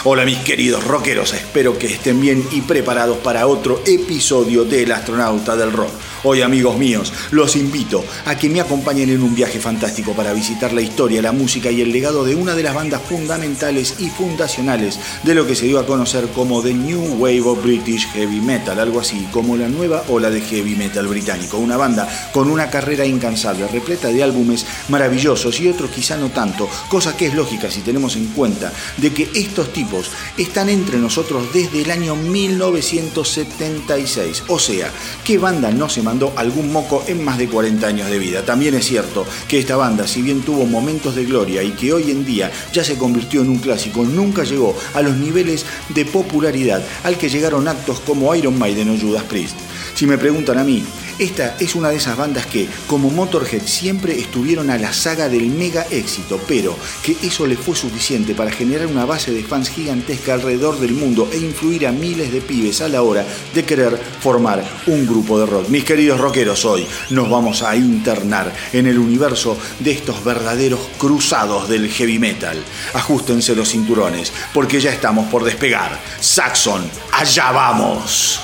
Hola mis queridos rockeros, espero que estén bien y preparados para otro episodio del Astronauta del Rock. Hoy, amigos míos, los invito a que me acompañen en un viaje fantástico para visitar la historia, la música y el legado de una de las bandas fundamentales y fundacionales de lo que se dio a conocer como The New Wave of British Heavy Metal, algo así como la nueva ola de heavy metal británico. Una banda con una carrera incansable, repleta de álbumes maravillosos y otros quizá no tanto, cosa que es lógica si tenemos en cuenta de que estos tipos están entre nosotros desde el año 1976. O sea, ¿qué banda no se mandó algún moco en más de 40 años de vida? También es cierto que esta banda, si bien tuvo momentos de gloria y que hoy en día ya se convirtió en un clásico, nunca llegó a los niveles de popularidad al que llegaron actos como Iron Maiden o Judas Priest. Si me preguntan a mí, esta es una de esas bandas que, como Motorhead, siempre estuvieron a la saga del mega éxito, pero que eso les fue suficiente para generar una base de fans gigantesca alrededor del mundo e influir a miles de pibes a la hora de querer formar un grupo de rock. Mis queridos rockeros, hoy nos vamos a internar en el universo de estos verdaderos cruzados del heavy metal. Ajustense los cinturones, porque ya estamos por despegar. Saxon, allá vamos.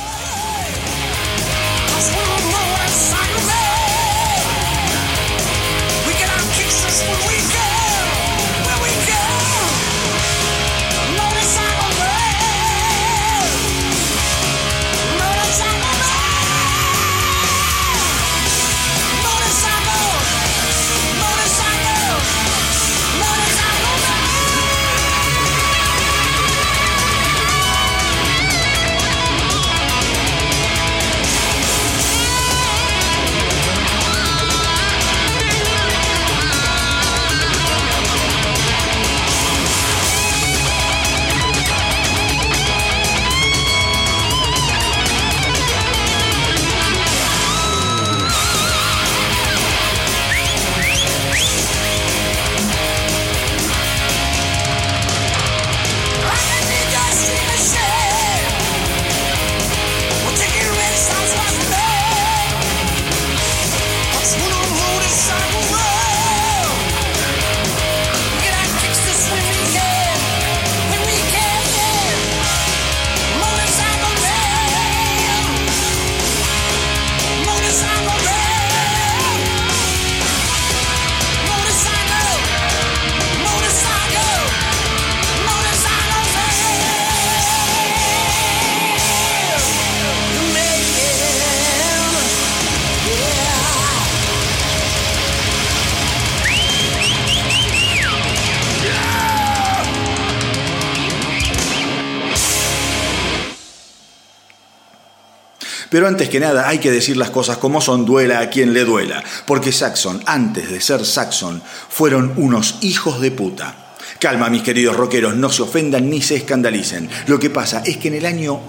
Pero antes que nada hay que decir las cosas como son, duela a quien le duela, porque Saxon, antes de ser Saxon, fueron unos hijos de puta. Calma, mis queridos rockeros, no se ofendan ni se escandalicen. Lo que pasa es que en el año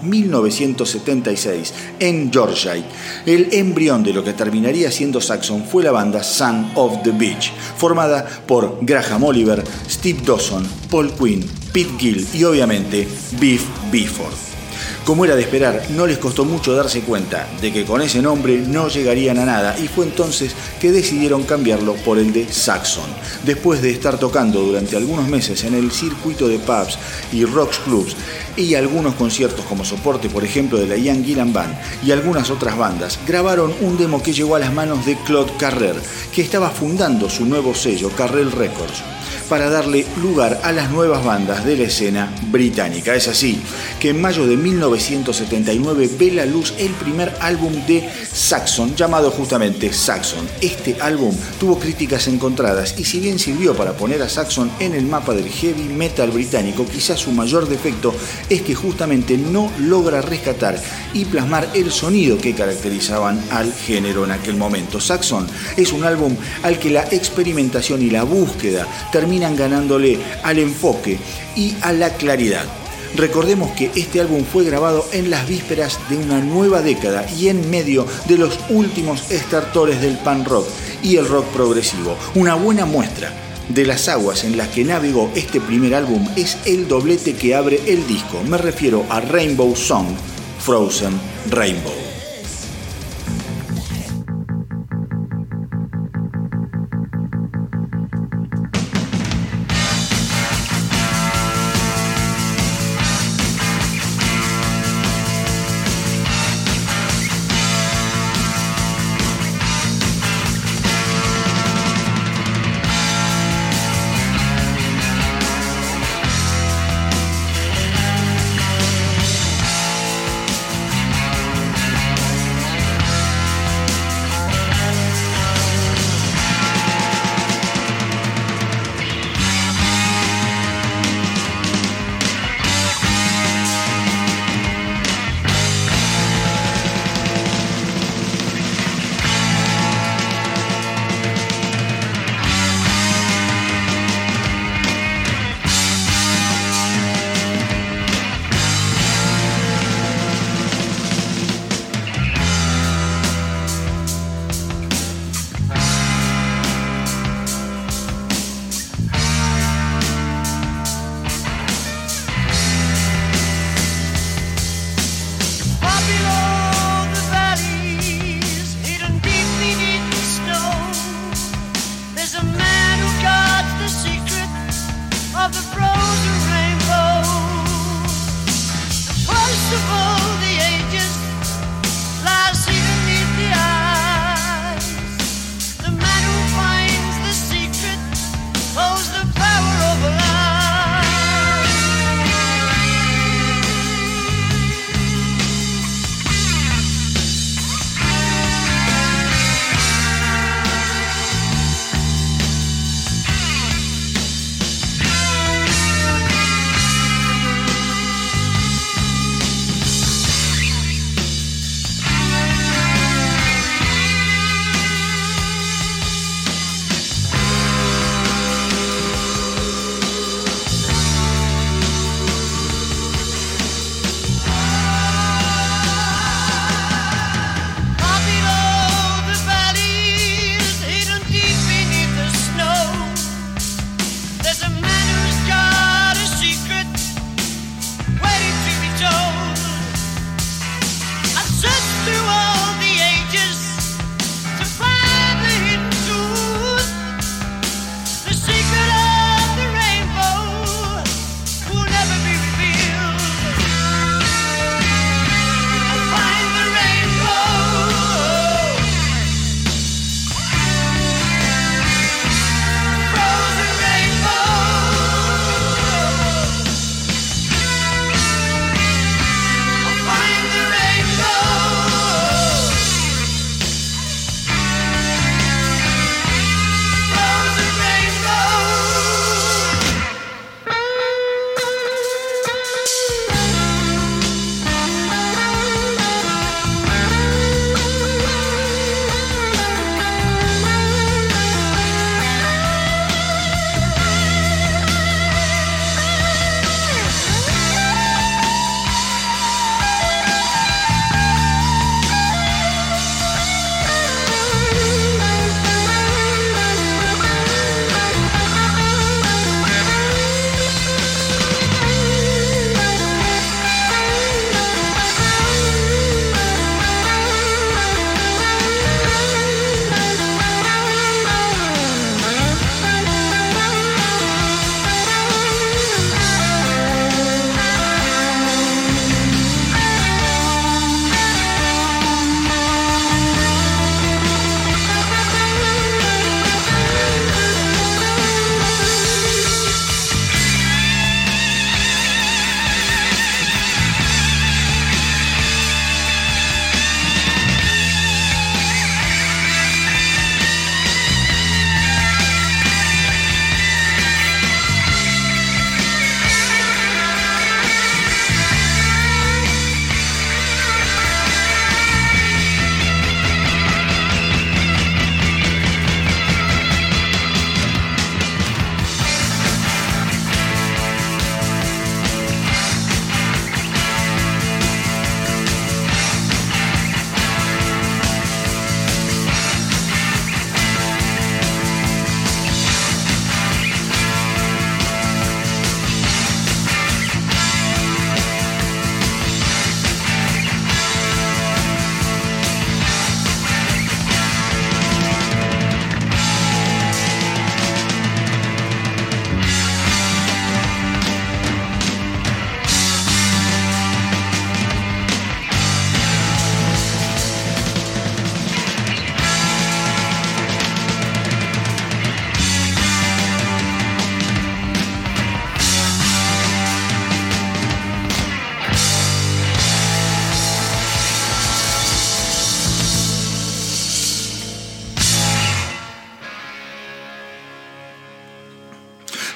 1976, en Yorkshire, el embrión de lo que terminaría siendo Saxon fue la banda Son of the Beach, formada por Graham Oliver, Steve Dawson, Paul Quinn, Pete Gill y obviamente Biff Byford. Como era de esperar, no les costó mucho darse cuenta de que con ese nombre no llegarían a nada y fue entonces que decidieron cambiarlo por el de Saxon. Después de estar tocando durante algunos meses en el circuito de pubs y rock clubs y algunos conciertos como soporte, por ejemplo, de la Ian Gillan Band y algunas otras bandas, grabaron un demo que llegó a las manos de Claude Carrel, que estaba fundando su nuevo sello, Carrel Records, para darle lugar a las nuevas bandas de la escena británica. Es así que en mayo de 1979 ve la luz el primer álbum de Saxon, llamado justamente Saxon. Este álbum tuvo críticas encontradas y si bien sirvió para poner a Saxon en el mapa del heavy metal británico, quizás su mayor defecto es que justamente no logra rescatar y plasmar el sonido que caracterizaban al género en aquel momento. Saxon es un álbum al que la experimentación y la búsqueda terminan ganándole al enfoque y a la claridad. Recordemos que este álbum fue grabado en las vísperas de una nueva década y en medio de los últimos estertores del punk rock y el rock progresivo. Una buena muestra de las aguas en las que navegó este primer álbum es el doblete que abre el disco. Me refiero a Rainbow Song, Frozen Rainbow.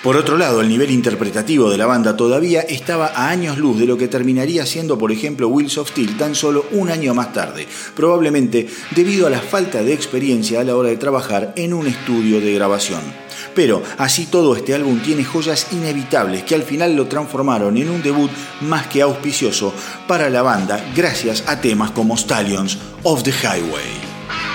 Por otro lado, el nivel interpretativo de la banda todavía estaba a años luz de lo que terminaría siendo, por ejemplo, Wheels of Steel tan solo un año más tarde, probablemente debido a la falta de experiencia a la hora de trabajar en un estudio de grabación. Pero así todo, este álbum tiene joyas inevitables que al final lo transformaron en un debut más que auspicioso para la banda gracias a temas como Stallions of the Highway.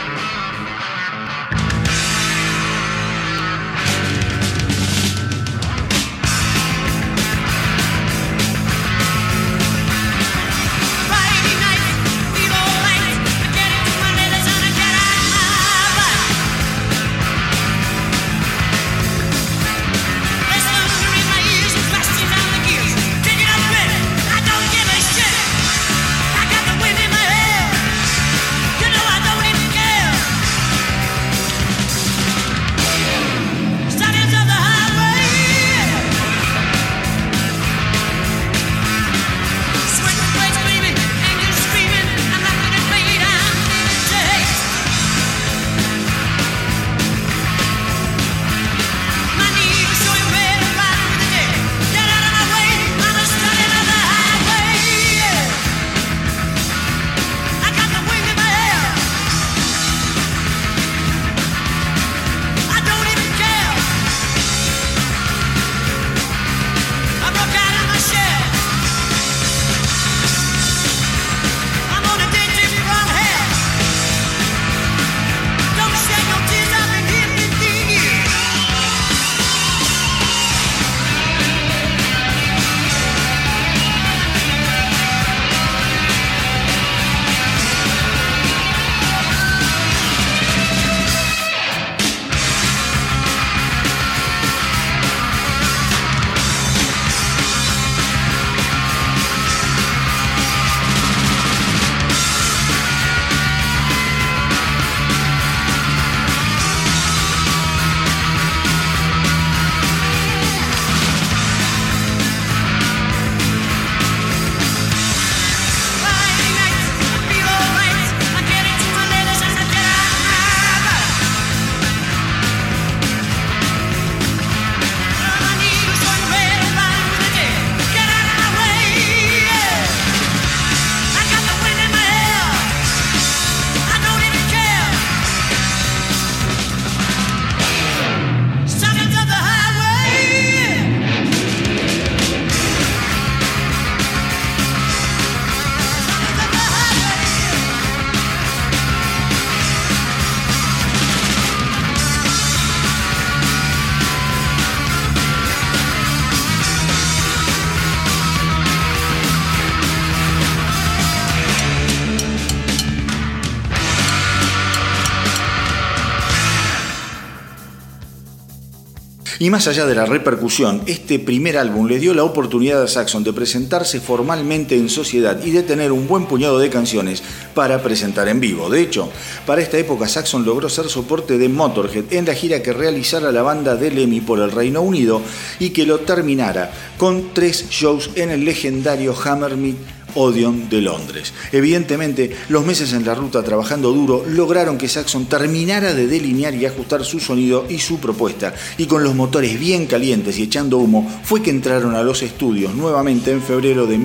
Y más allá de la repercusión, este primer álbum le dio la oportunidad a Saxon de presentarse formalmente en sociedad y de tener un buen puñado de canciones para presentar en vivo. De hecho, para esta época Saxon logró ser soporte de Motorhead en la gira que realizara la banda de Lemmy por el Reino Unido y que lo terminara con 3 shows en el legendario Hammersmith Odeon de Londres. Evidentemente, los meses en la ruta trabajando duro lograron que Saxon terminara de delinear y ajustar su sonido y su propuesta, y con los motores bien calientes y echando humo fue que entraron a los estudios nuevamente en febrero de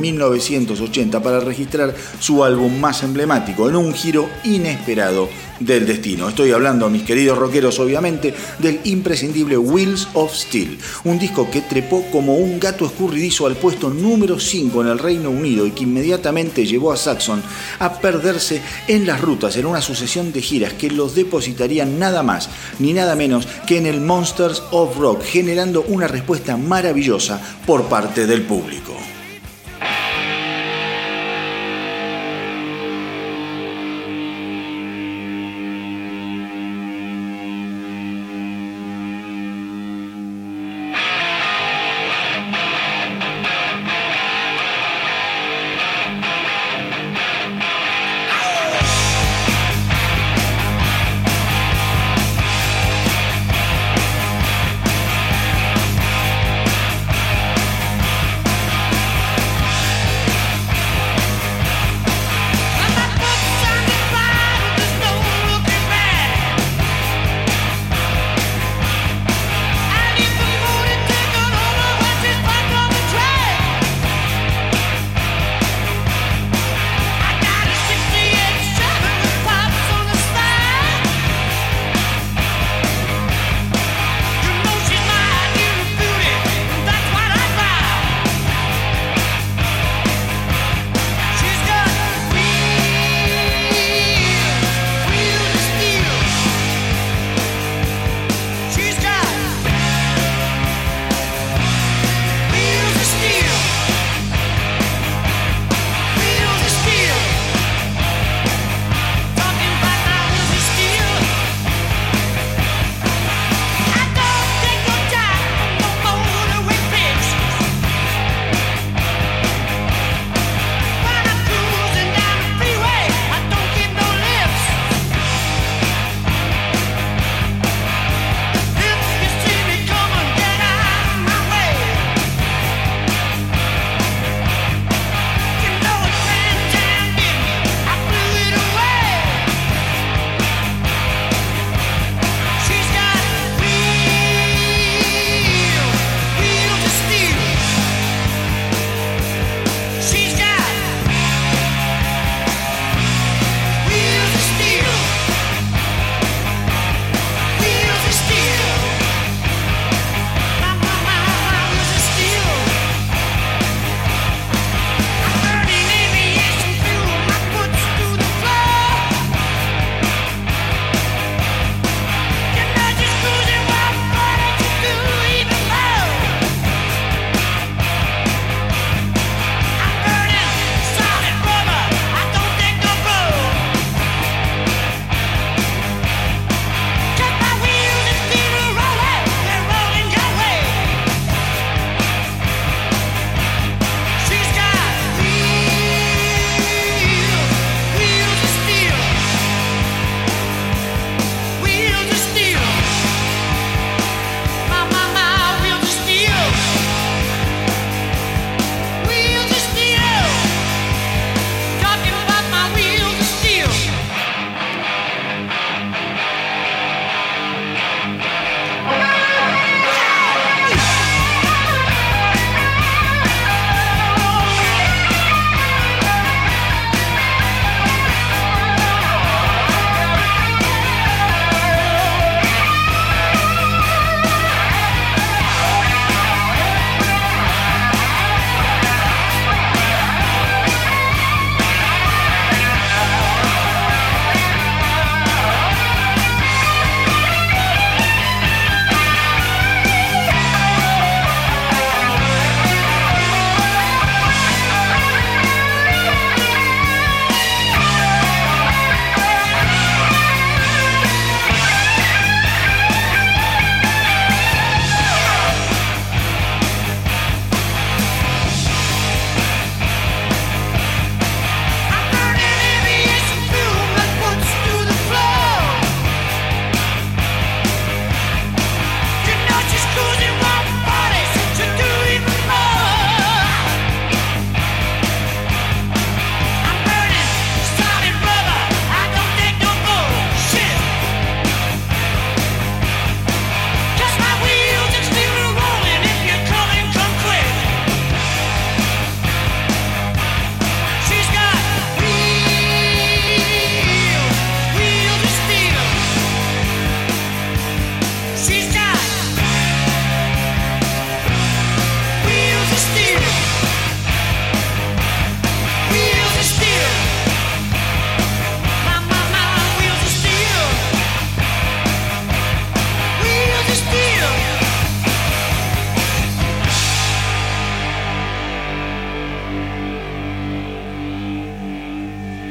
1980 para registrar su álbum más emblemático en un giro inesperado del destino. Estoy hablando, mis queridos rockeros, obviamente, del imprescindible Wheels of Steel, un disco que trepó como un gato escurridizo al puesto número 5 en el Reino Unido y que inmediatamente llevó a Saxon a perderse en las rutas en una sucesión de giras que los depositarían nada más ni nada menos que en el Monsters of Rock, generando una respuesta maravillosa por parte del público.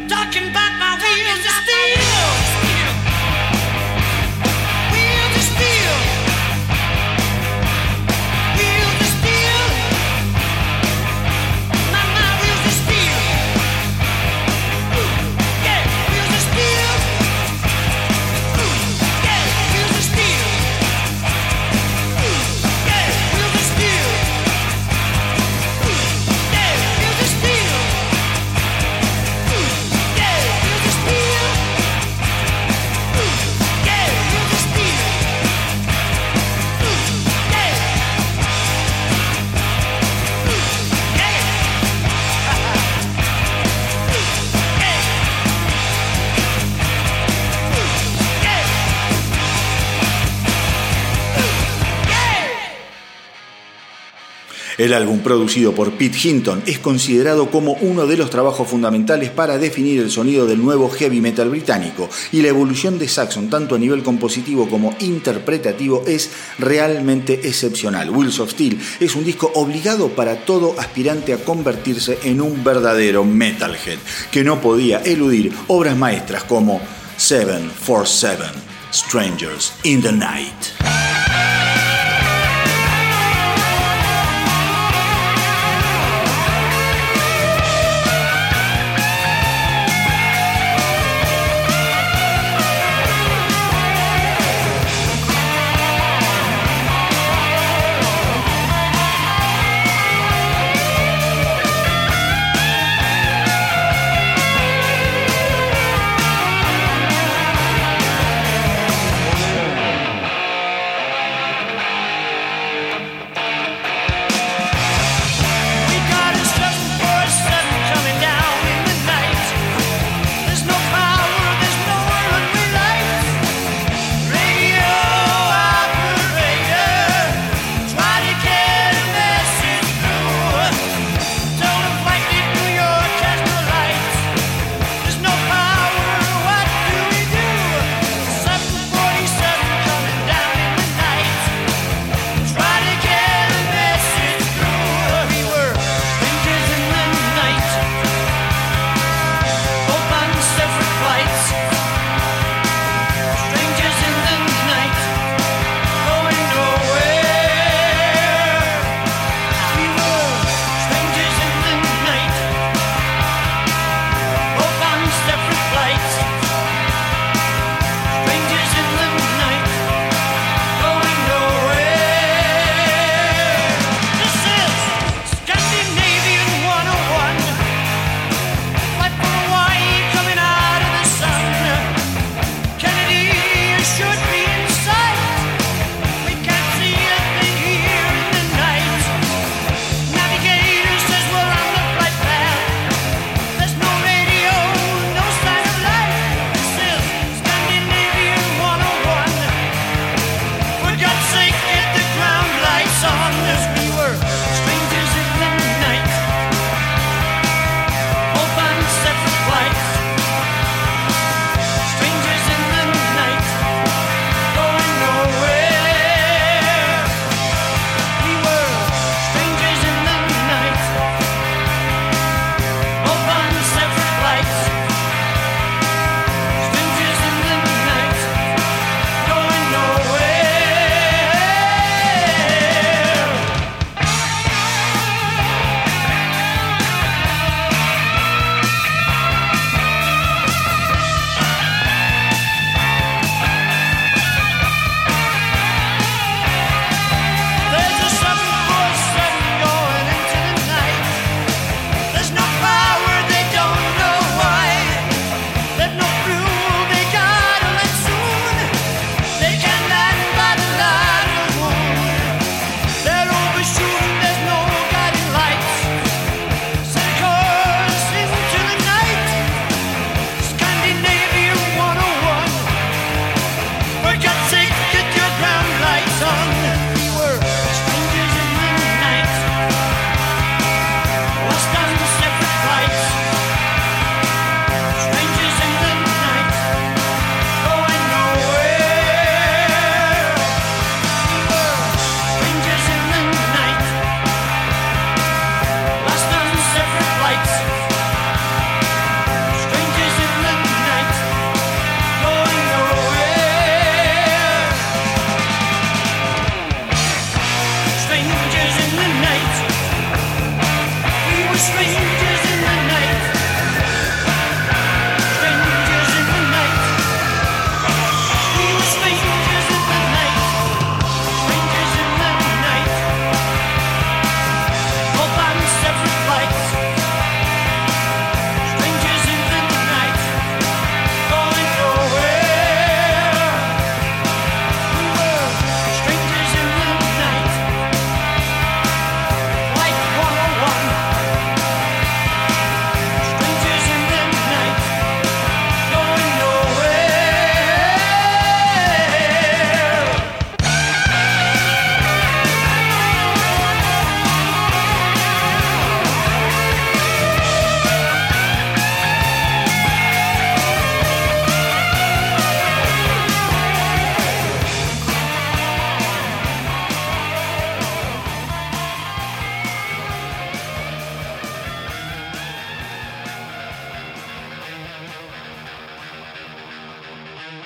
El álbum, producido por Pete Hinton, es considerado como uno de los trabajos fundamentales para definir el sonido del nuevo heavy metal británico, y la evolución de Saxon, tanto a nivel compositivo como interpretativo, es realmente excepcional. Wheels of Steel es un disco obligado para todo aspirante a convertirse en un verdadero metalhead, que no podía eludir obras maestras como 747, Strangers in the Night.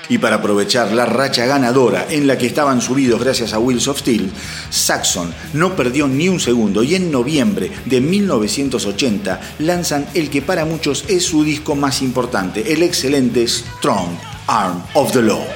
Y para aprovechar la racha ganadora en la que estaban subidos gracias a Wheels of Steel, Saxon no perdió ni un segundo y en noviembre de 1980 lanzan el que para muchos es su disco más importante, el excelente Strong Arm of the Law.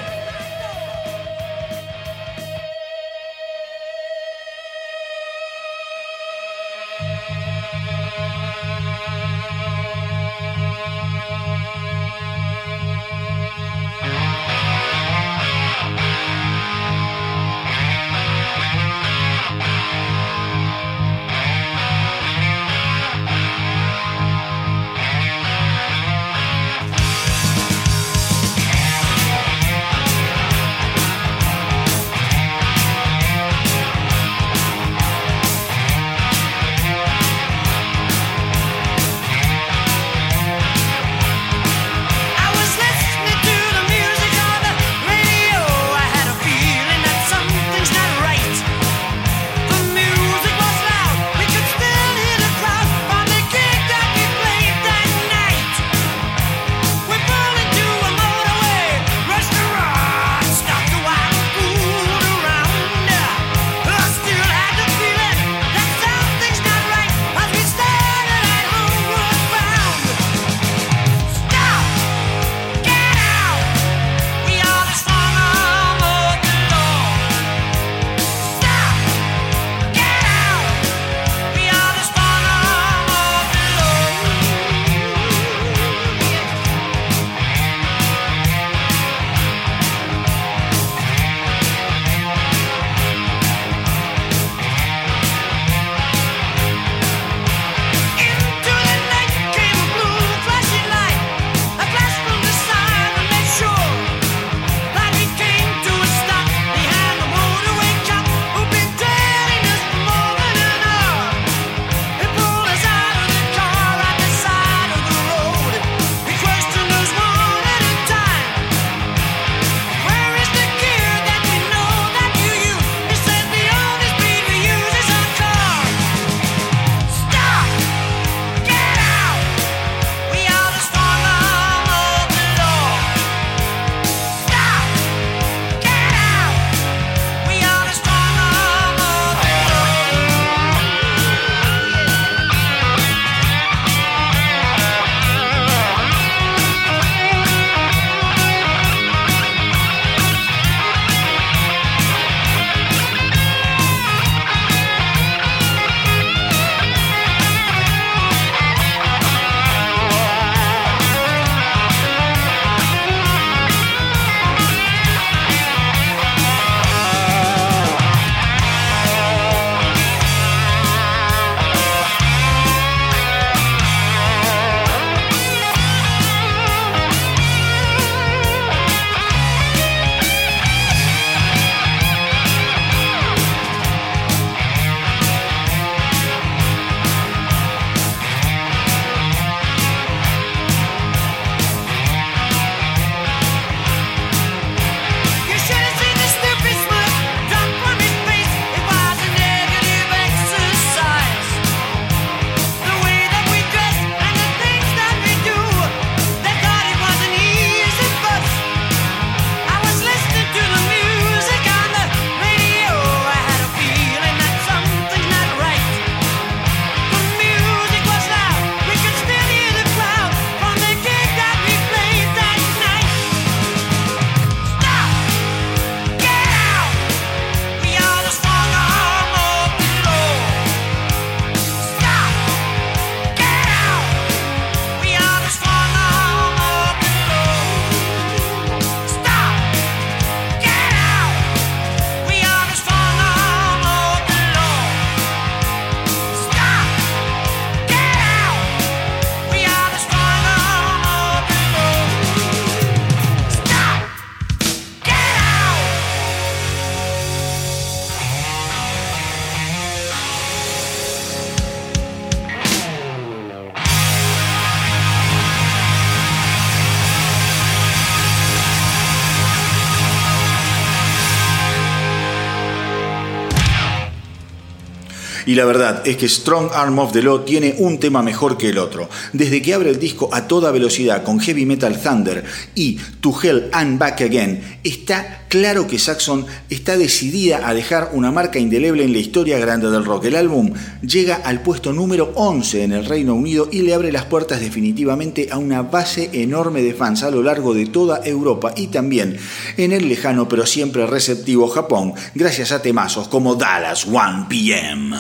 Y la verdad es que Strong Arm of the Law tiene un tema mejor que el otro. Desde que abre el disco a toda velocidad con Heavy Metal Thunder y To Hell and Back Again, está claro que Saxon está decidida a dejar una marca indeleble en la historia grande del rock. El álbum llega al puesto número 11 en el Reino Unido y le abre las puertas definitivamente a una base enorme de fans a lo largo de toda Europa y también en el lejano pero siempre receptivo Japón, gracias a temazos como Dallas 1 PM.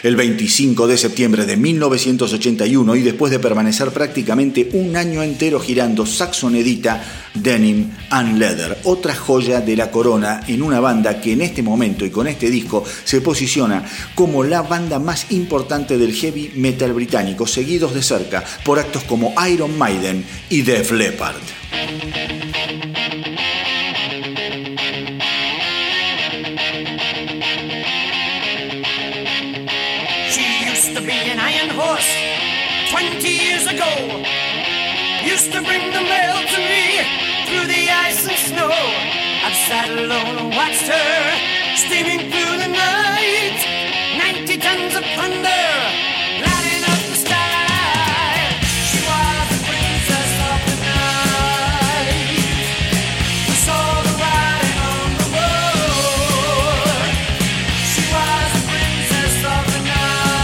El 25 de septiembre de 1981, y después de permanecer prácticamente un año entero girando, Saxon edita Denim and Leather, otra joya de la corona en una banda que en este momento y con este disco se posiciona como la banda más importante del heavy metal británico, seguidos de cerca por actos como Iron Maiden y Def Leppard. Horse 20 years ago used to bring the mail to me through the ice and snow. I've sat alone and watched her steaming through the night. 90 tons of thunder lighting up the sky. She was the princess of the night. We saw the writing on the wall. She was the princess of the night.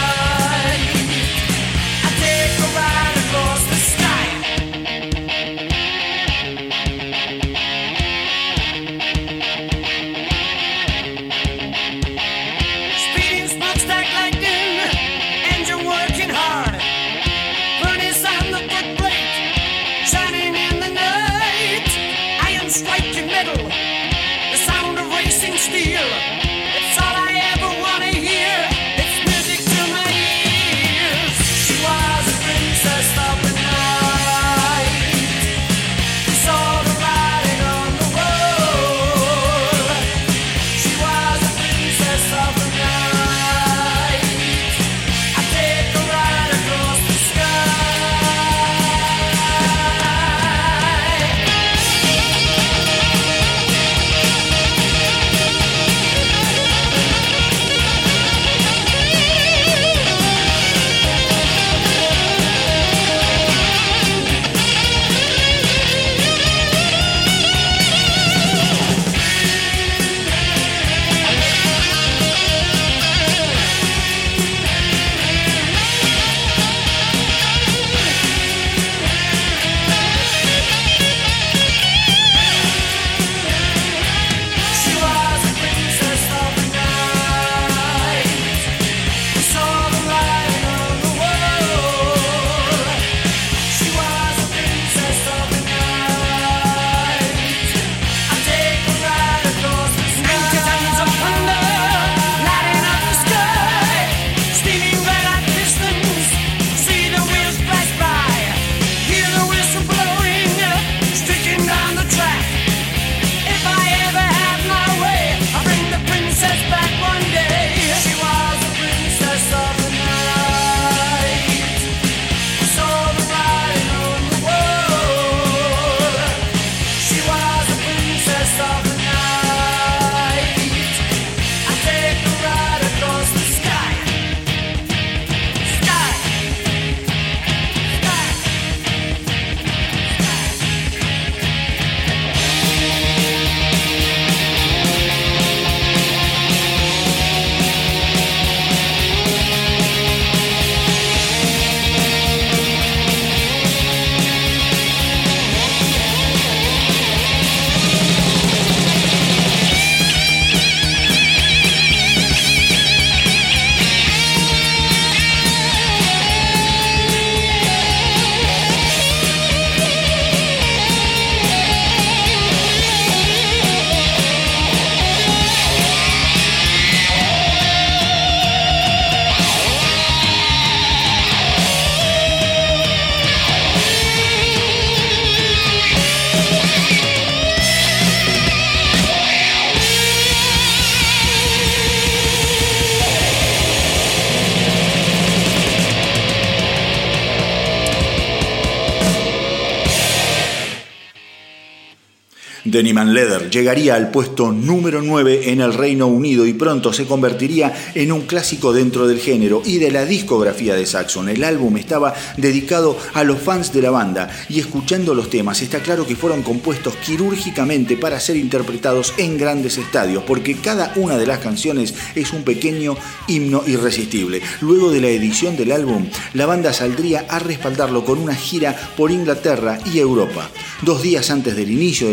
Denim and Leather llegaría al puesto número 9 en el Reino Unido y pronto se convertiría en un clásico dentro del género y de la discografía de Saxon. El álbum estaba dedicado a los fans de la banda y escuchando los temas está claro que fueron compuestos quirúrgicamente para ser interpretados en grandes estadios, porque cada una de las canciones es un pequeño himno irresistible. Luego de la edición del álbum, la banda saldría a respaldarlo con una gira por Inglaterra y Europa. 2 días antes del inicio de la gira, el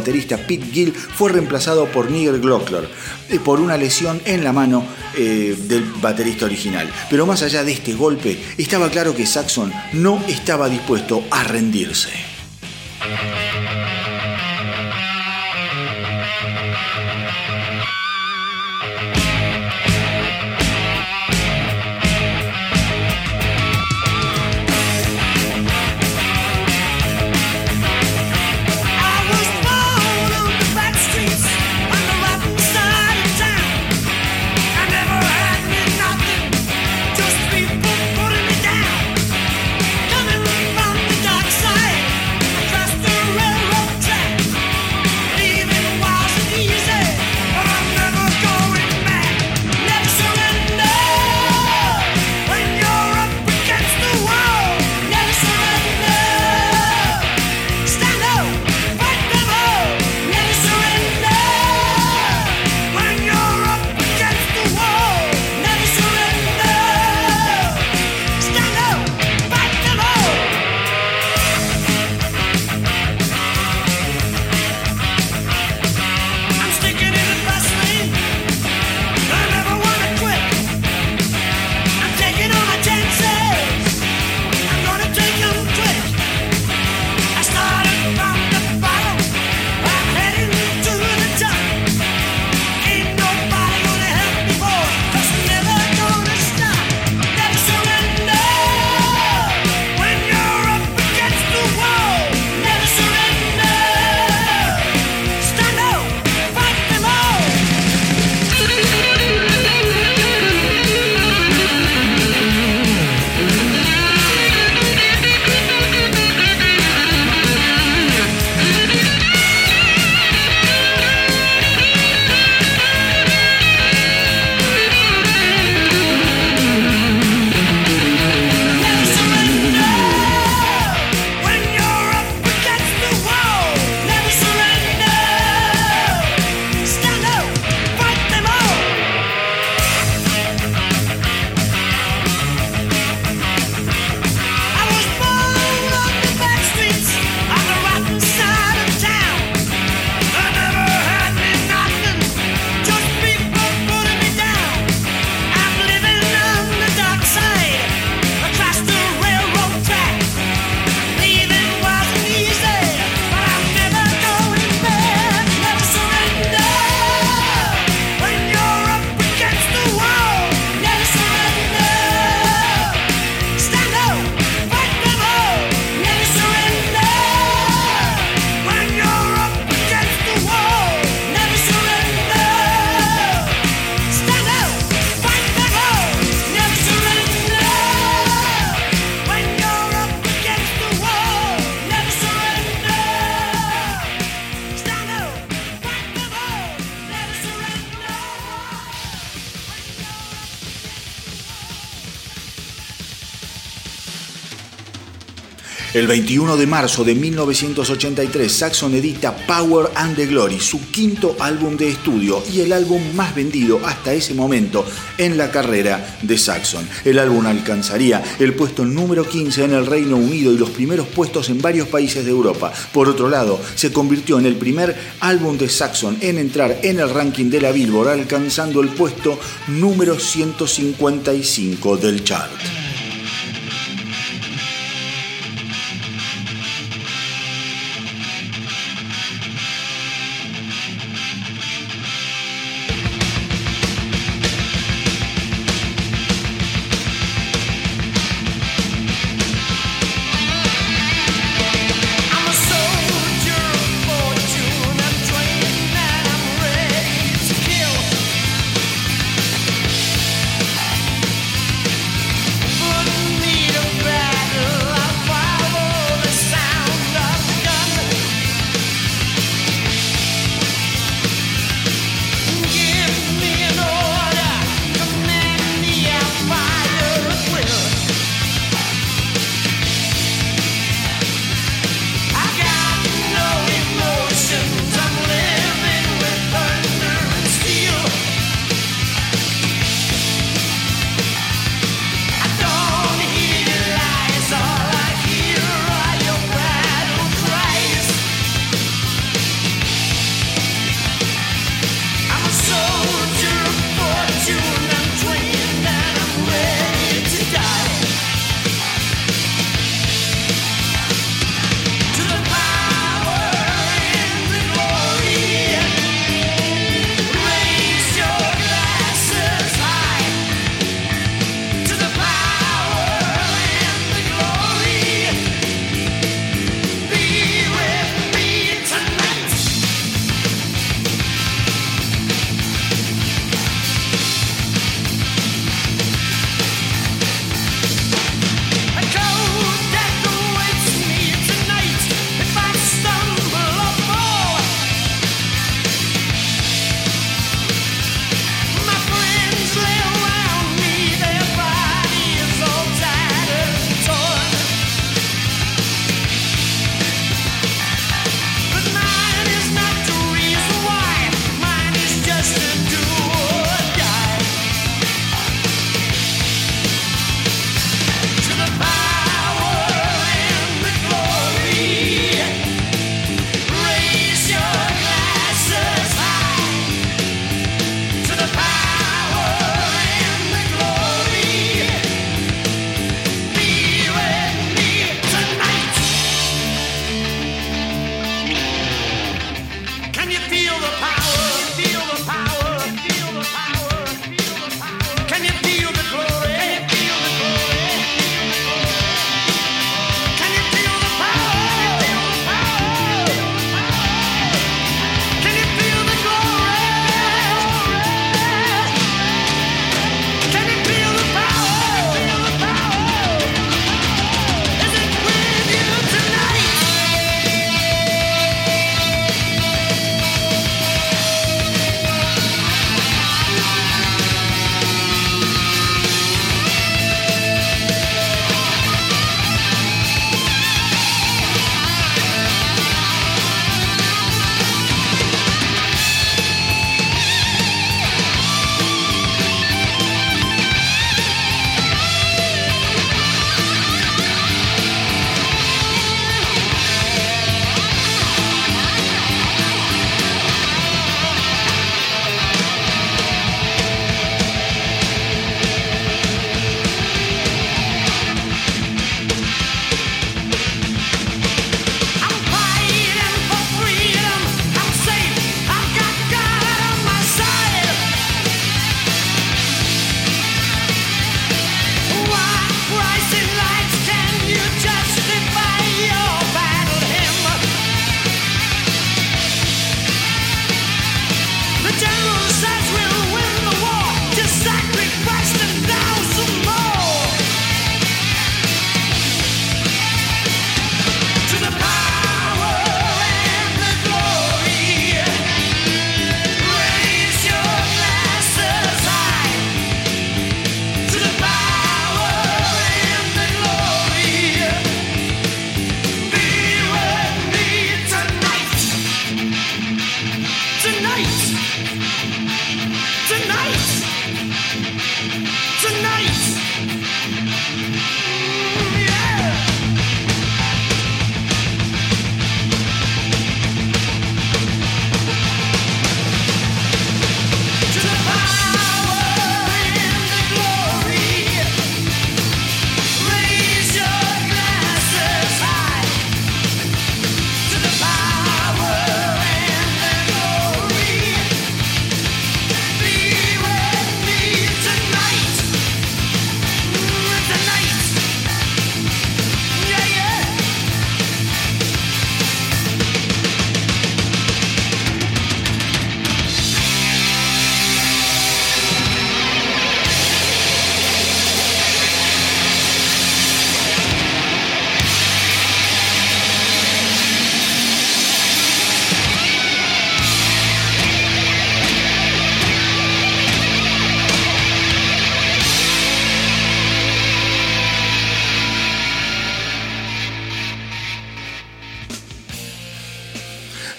baterista Pete Gill fue reemplazado por Nigel Glockler por una lesión en la mano del baterista original. Pero más allá de este golpe, estaba claro que Saxon no estaba dispuesto a rendirse. El 21 de marzo de 1983, Saxon edita Power and the Glory, su quinto álbum de estudio y el álbum más vendido hasta ese momento en la carrera de Saxon. El álbum alcanzaría el puesto número 15 en el Reino Unido y los primeros puestos en varios países de Europa. Por otro lado, se convirtió en el primer álbum de Saxon en entrar en el ranking de la Billboard, alcanzando el puesto número 155 del chart. But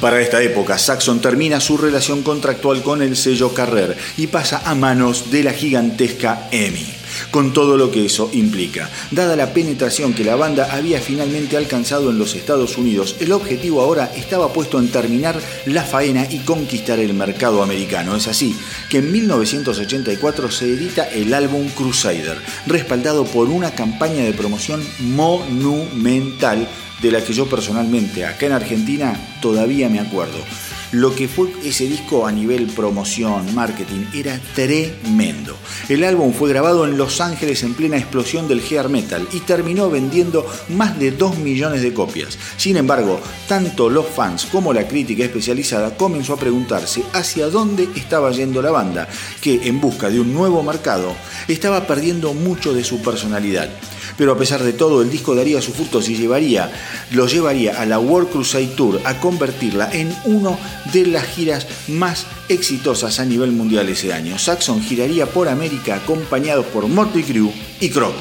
Para esta época, Saxon termina su relación contractual con el sello Carrer y pasa a manos de la gigantesca EMI, con todo lo que eso implica. Dada la penetración que la banda había finalmente alcanzado en los Estados Unidos, el objetivo ahora estaba puesto en terminar la faena y conquistar el mercado americano. Es así que en 1984 se edita el álbum Crusader, respaldado por una campaña de promoción monumental, de la que yo personalmente, acá en Argentina, todavía me acuerdo. Lo que fue ese disco a nivel promoción, marketing, era tremendo. El álbum fue grabado en Los Ángeles en plena explosión del hair metal y terminó vendiendo más de 2 millones de copias. Sin embargo, tanto los fans como la crítica especializada comenzó a preguntarse hacia dónde estaba yendo la banda, que en busca de un nuevo mercado estaba perdiendo mucho de su personalidad. Pero a pesar de todo, el disco daría sus frutos y lo llevaría a la World Crusade Tour, a convertirla en una de las giras más exitosas a nivel mundial ese año. Saxon giraría por América acompañado por Motley Crue y Crocus.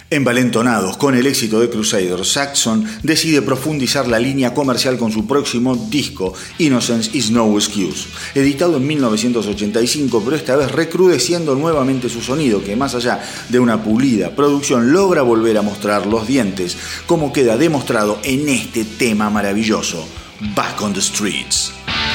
Envalentonados con el éxito de Crusader, Saxon decide profundizar la línea comercial con su próximo disco, Innocence is No Excuse, editado en 1985, pero esta vez recrudeciendo nuevamente su sonido, que más allá de una pulida producción logra volver a mostrar los dientes, como queda demostrado en este tema maravilloso, Back on the Streets.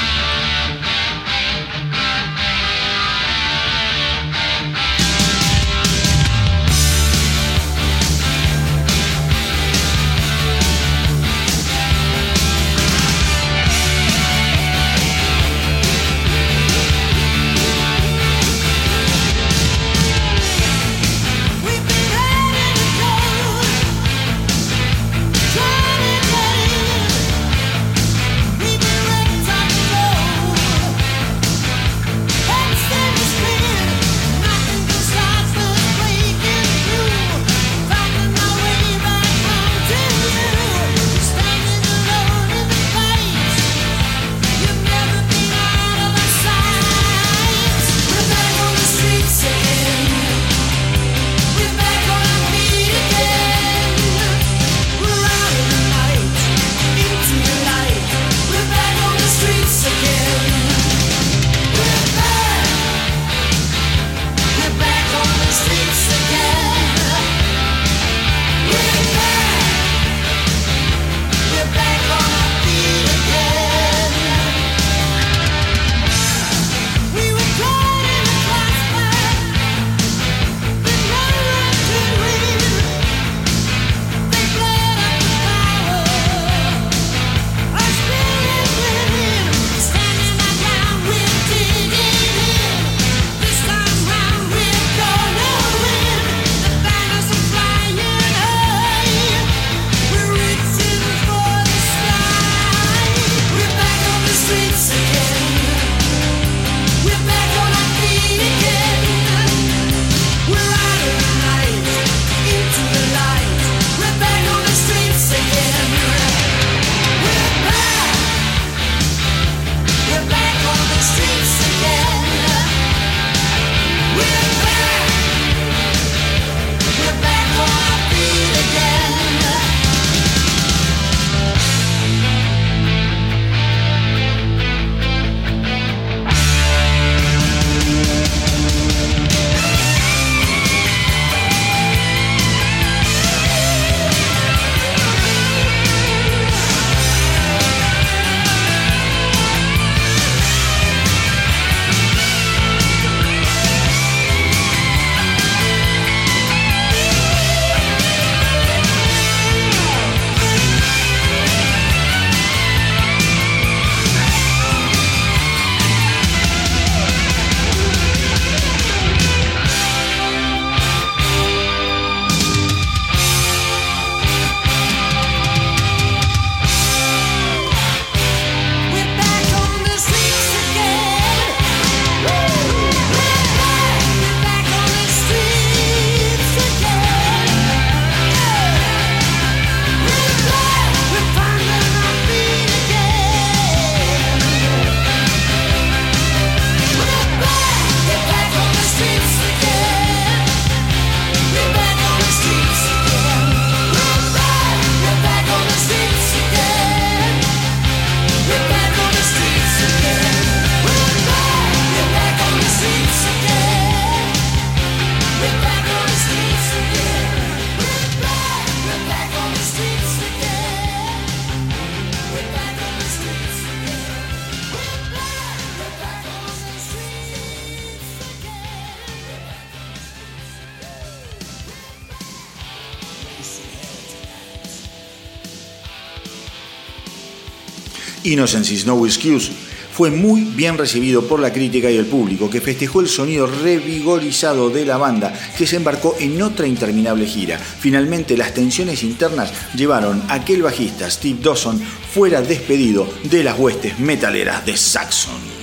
Innocence is No Excuse fue muy bien recibido por la crítica y el público, que festejó el sonido revigorizado de la banda, que se embarcó en otra interminable gira. Finalmente, las tensiones internas llevaron a que el bajista Steve Dawson fuera despedido de las huestes metaleras de Saxon.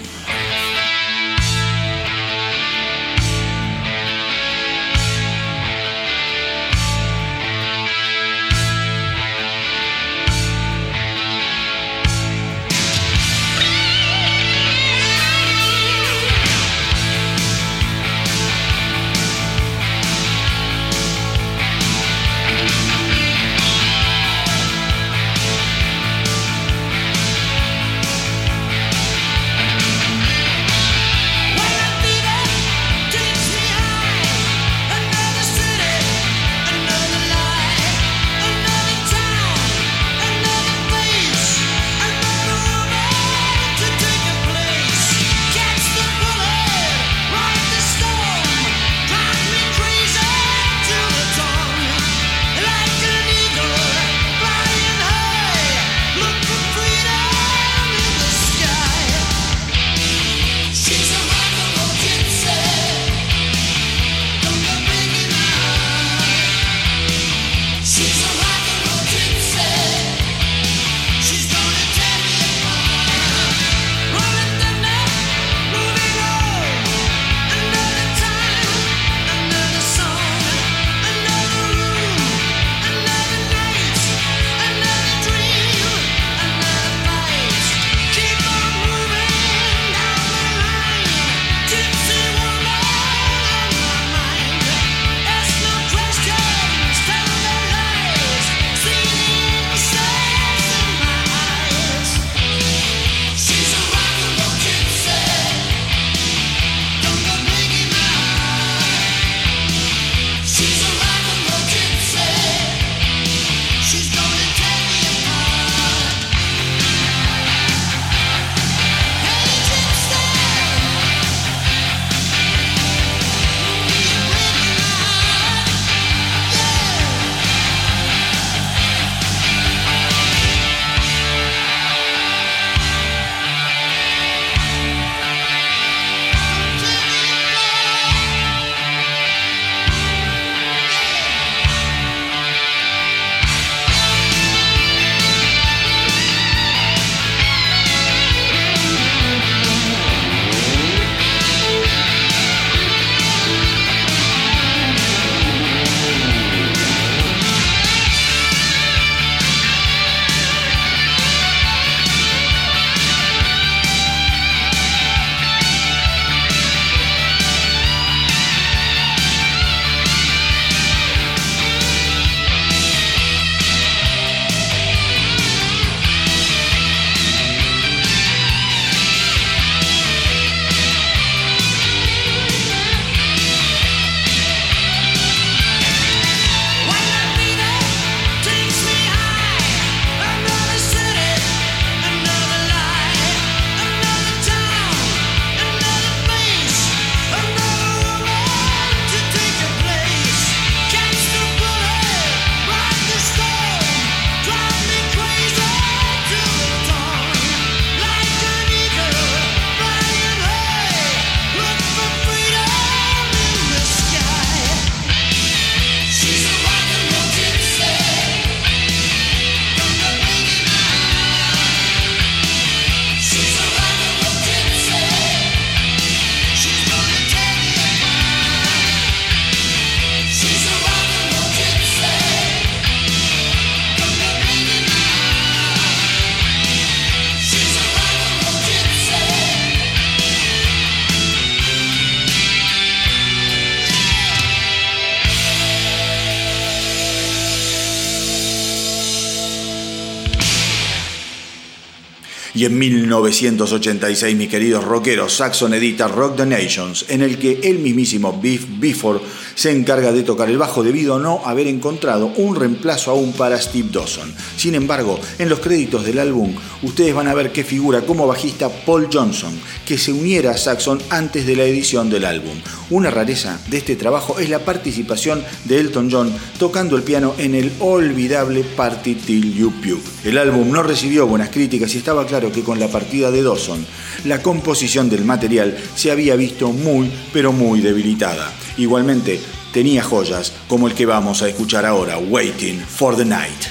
Y en 1986, mis queridos rockeros, Saxon edita Rock the Nations, en el que el mismísimo Biff Bifford se encarga de tocar el bajo debido a no haber encontrado un reemplazo aún para Steve Dawson. Sin embargo, en los créditos del álbum, ustedes van a ver que figura como bajista Paul Johnson, que se uniera a Saxon antes de la edición del álbum. Una rareza de este trabajo es la participación de Elton John tocando el piano en el olvidable Party Till You Puke. El álbum no recibió buenas críticas y estaba claro que con la partida de Dawson, la composición del material se había visto muy, pero muy debilitada. Igualmente, tenía joyas como el que vamos a escuchar ahora, Waiting for the Night.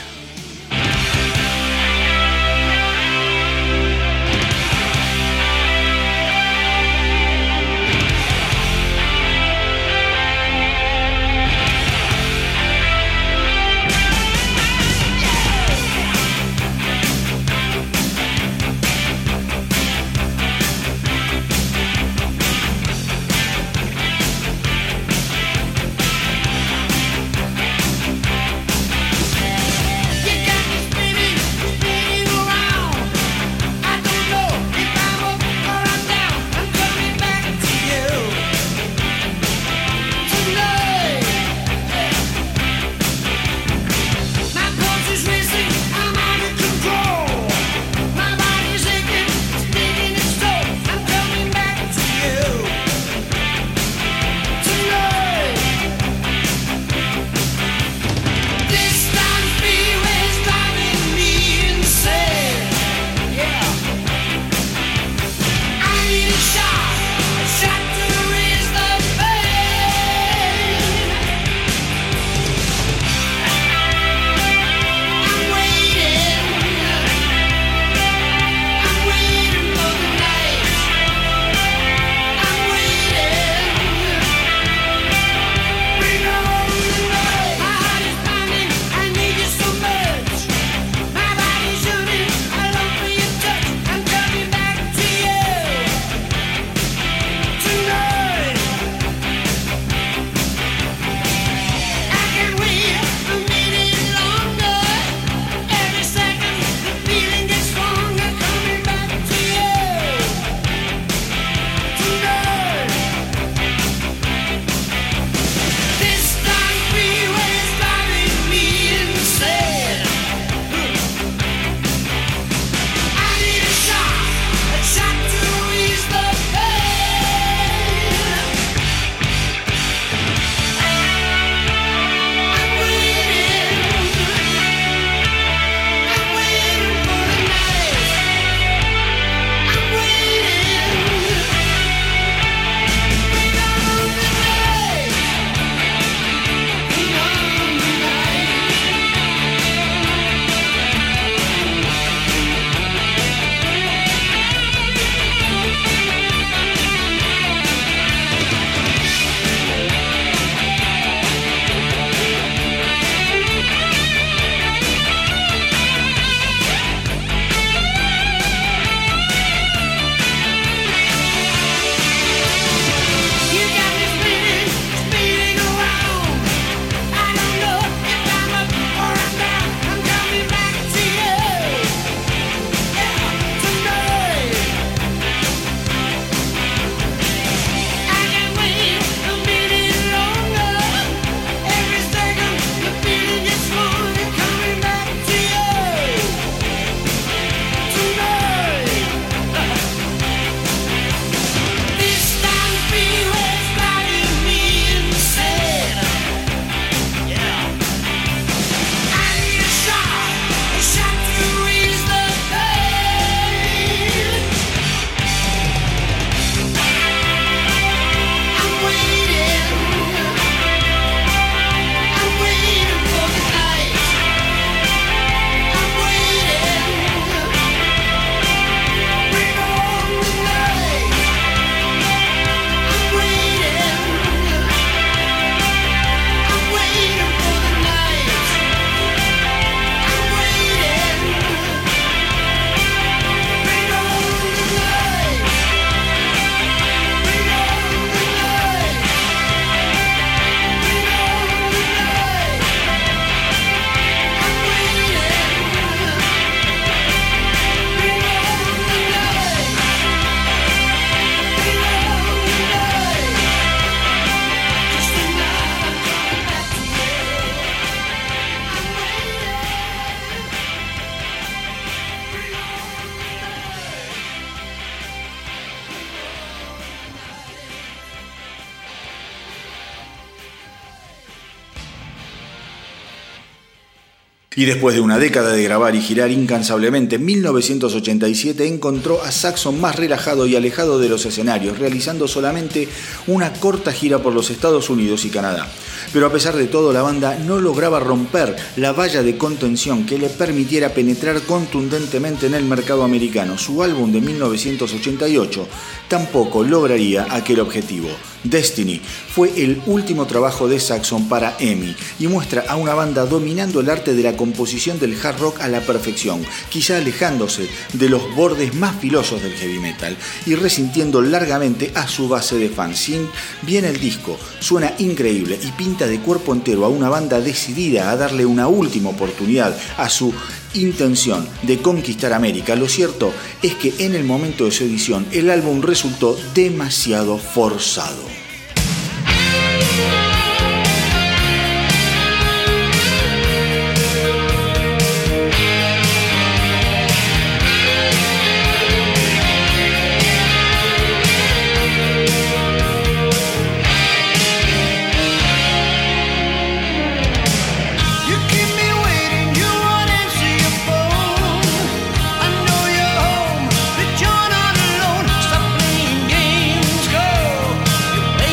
Y después de una década de grabar y girar incansablemente, en 1987 encontró a Saxon más relajado y alejado de los escenarios, realizando solamente una corta gira por los Estados Unidos y Canadá. Pero a pesar de todo, la banda no lograba romper la valla de contención que le permitiera penetrar contundentemente en el mercado americano. Su álbum de 1988 tampoco lograría aquel objetivo. Destiny fue el último trabajo de Saxon para EMI y muestra a una banda dominando el arte de la composición del hard rock a la perfección, quizá alejándose de los bordes más filosos del heavy metal y resintiendo largamente a su base de fans. Si bien el disco suena increíble y pinta de cuerpo entero a una banda decidida a darle una última oportunidad a su intención de conquistar América, lo cierto es que en el momento de su edición el álbum resultó demasiado forzado. Play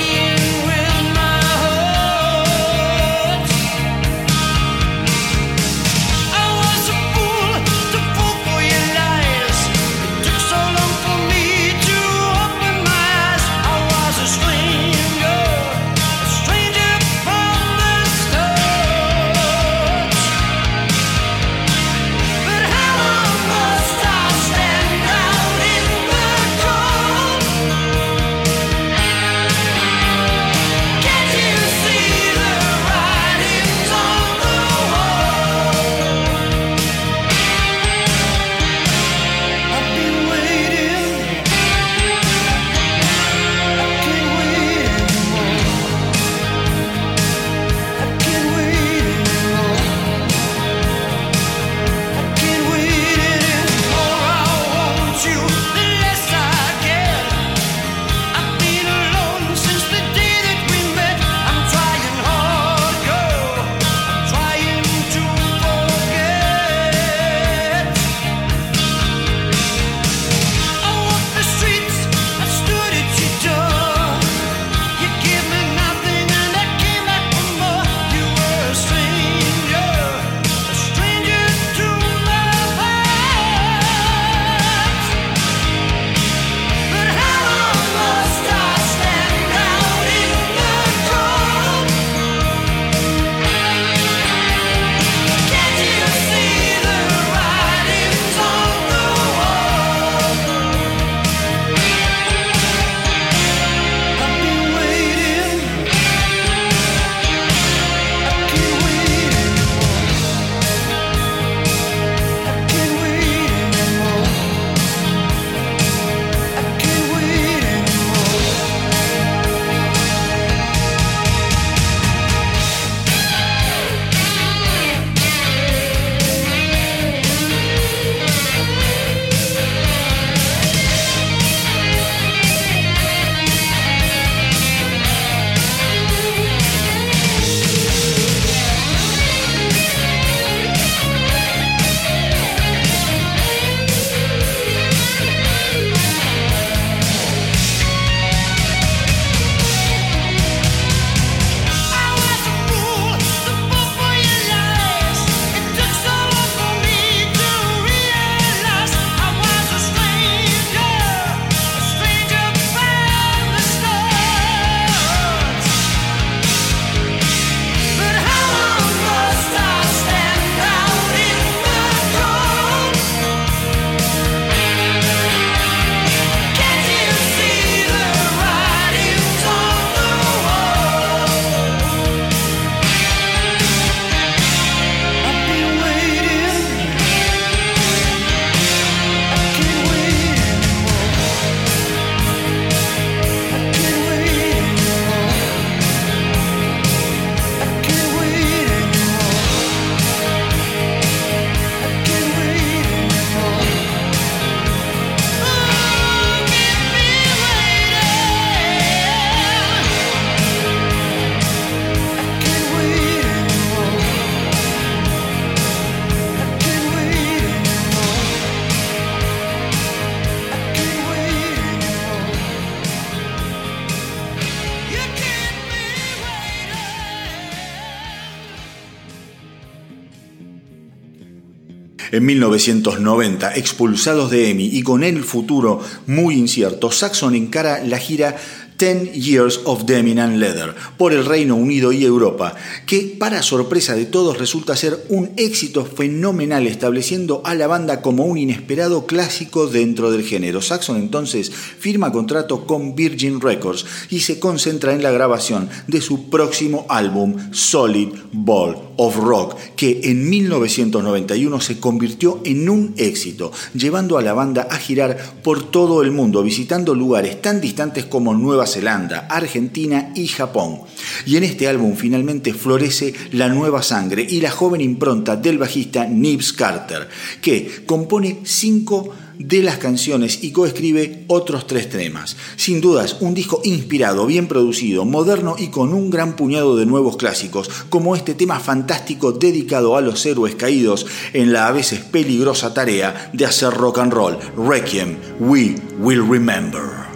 En 1990, expulsados de EMI y con el futuro muy incierto, Saxon encara la gira 10 Years of Denim and Leather por el Reino Unido y Europa, que para sorpresa de todos resulta ser un éxito fenomenal, estableciendo a la banda como un inesperado clásico dentro del género. Saxon entonces firma contrato con Virgin Records y se concentra en la grabación de su próximo álbum Solid Ball of Rock, que en 1991 se convirtió en un éxito, llevando a la banda a girar por todo el mundo, visitando lugares tan distantes como Nueva Zelanda, Argentina y Japón. Y en este álbum finalmente florece la nueva sangre y la joven impronta del bajista Nibs Carter, que compone 5 de las canciones y coescribe otros 3 temas. Sin dudas, un disco inspirado, bien producido, moderno y con un gran puñado de nuevos clásicos, como este tema fantástico dedicado a los héroes caídos en la a veces peligrosa tarea de hacer rock and roll, Requiem, We Will Remember.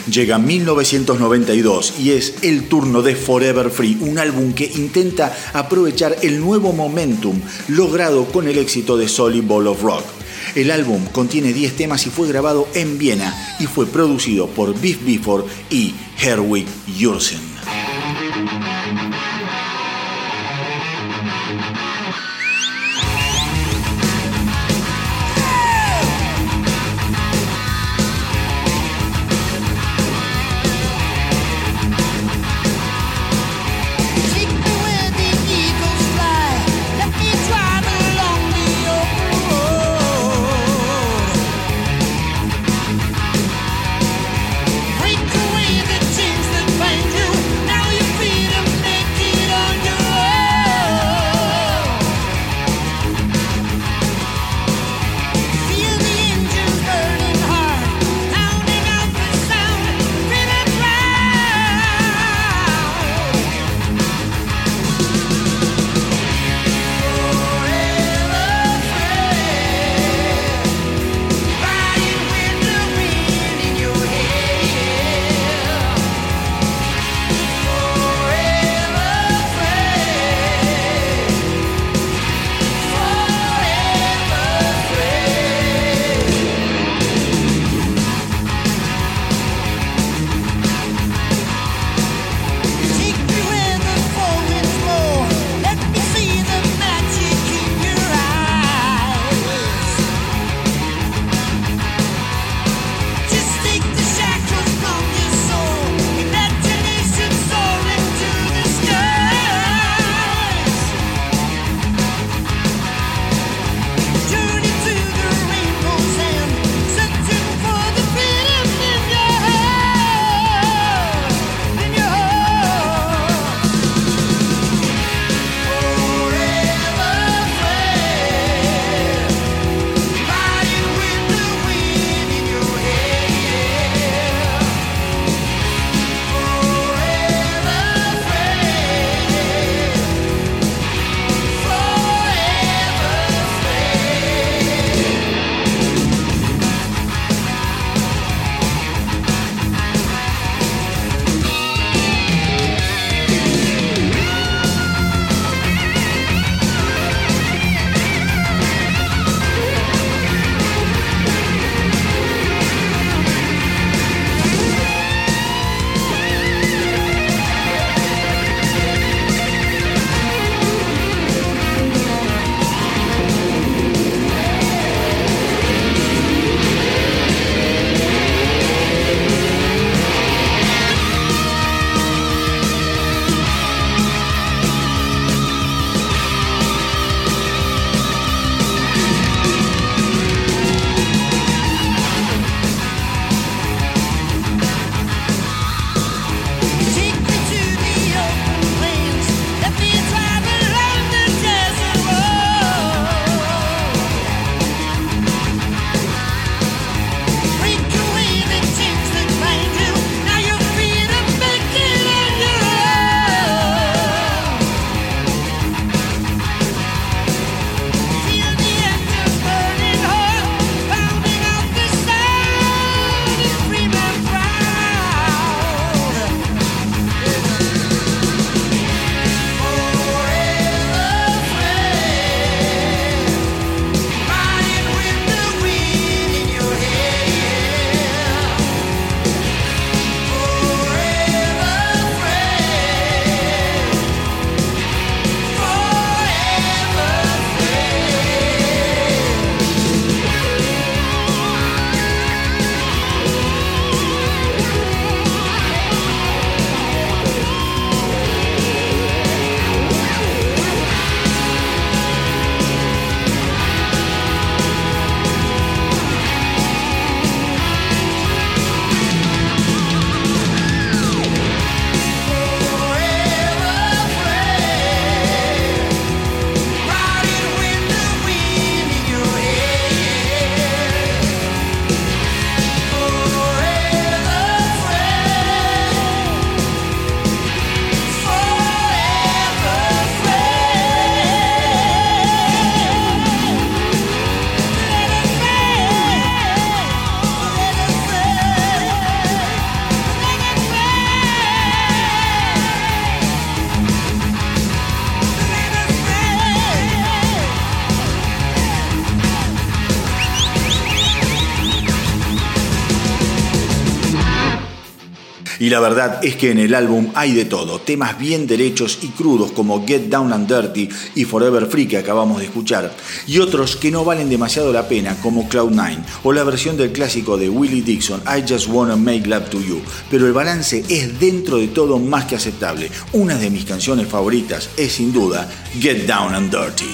Llega 1992 y es el turno de Forever Free, un álbum que intenta aprovechar el nuevo momentum logrado con el éxito de Solid Ball of Rock. El álbum contiene 10 temas y fue grabado en Viena y fue producido por Biff Bifford y Herwig Jursen. Y la verdad es que en el álbum hay de todo, temas bien derechos y crudos como Get Down and Dirty y Forever Free que acabamos de escuchar, y otros que no valen demasiado la pena como Cloud9 o la versión del clásico de Willie Dixon, I Just Wanna Make Love to You, pero el balance es dentro de todo más que aceptable. Una de mis canciones favoritas es sin duda Get Down and Dirty.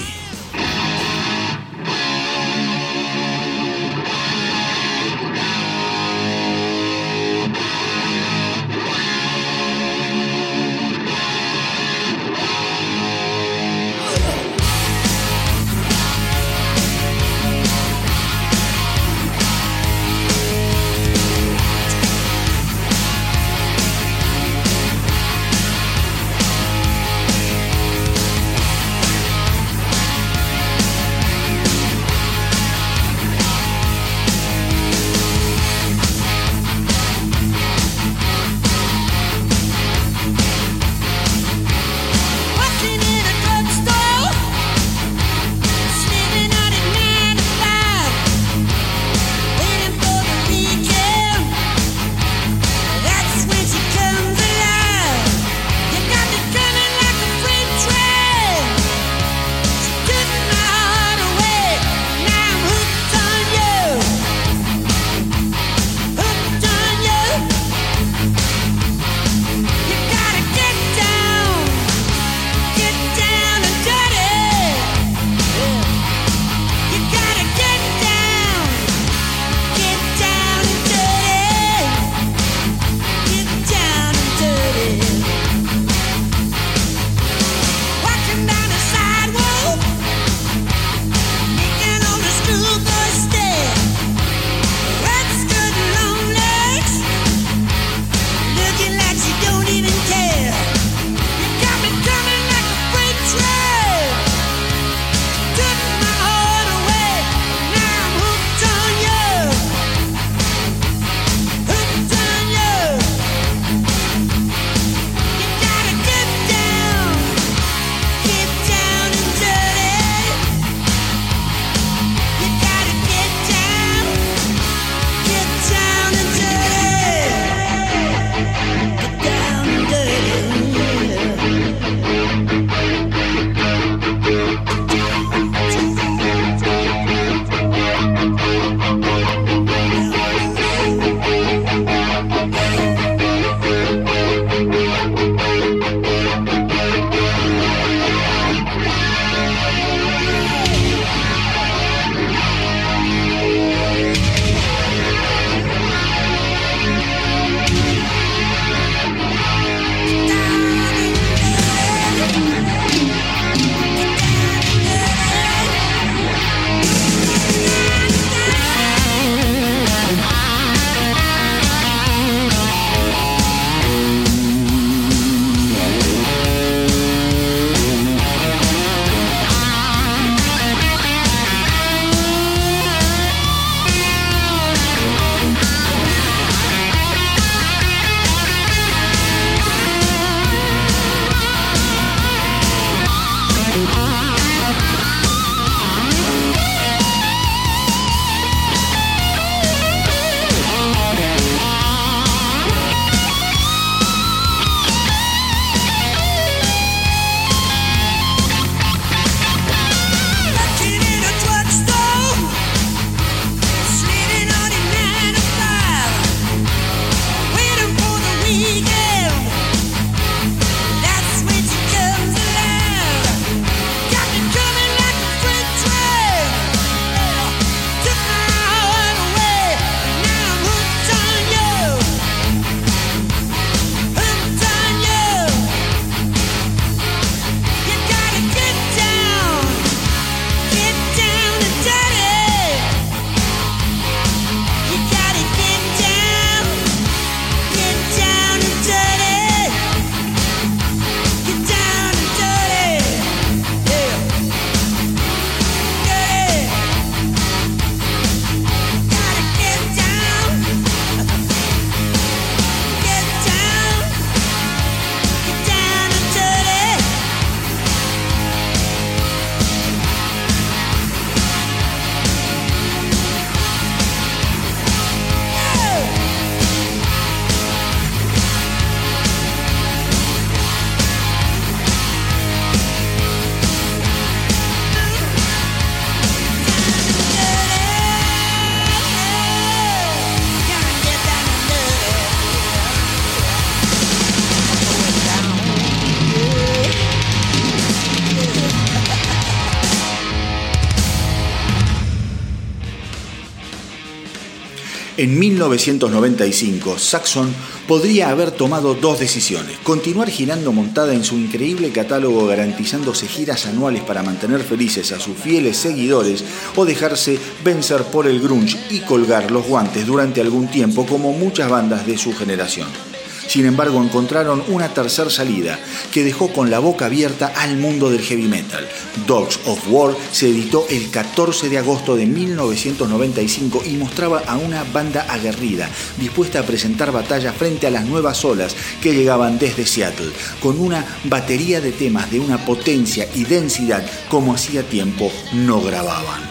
En 1995, Saxon podría haber tomado dos decisiones: continuar girando montada en su increíble catálogo garantizándose giras anuales para mantener felices a sus fieles seguidores, o dejarse vencer por el grunge y colgar los guantes durante algún tiempo como muchas bandas de su generación. Sin embargo, encontraron una tercera salida que dejó con la boca abierta al mundo del heavy metal. Dogs of War se editó el 14 de agosto de 1995 y mostraba a una banda aguerrida, dispuesta a presentar batalla frente a las nuevas olas que llegaban desde Seattle, con una batería de temas de una potencia y densidad como hacía tiempo no grababan.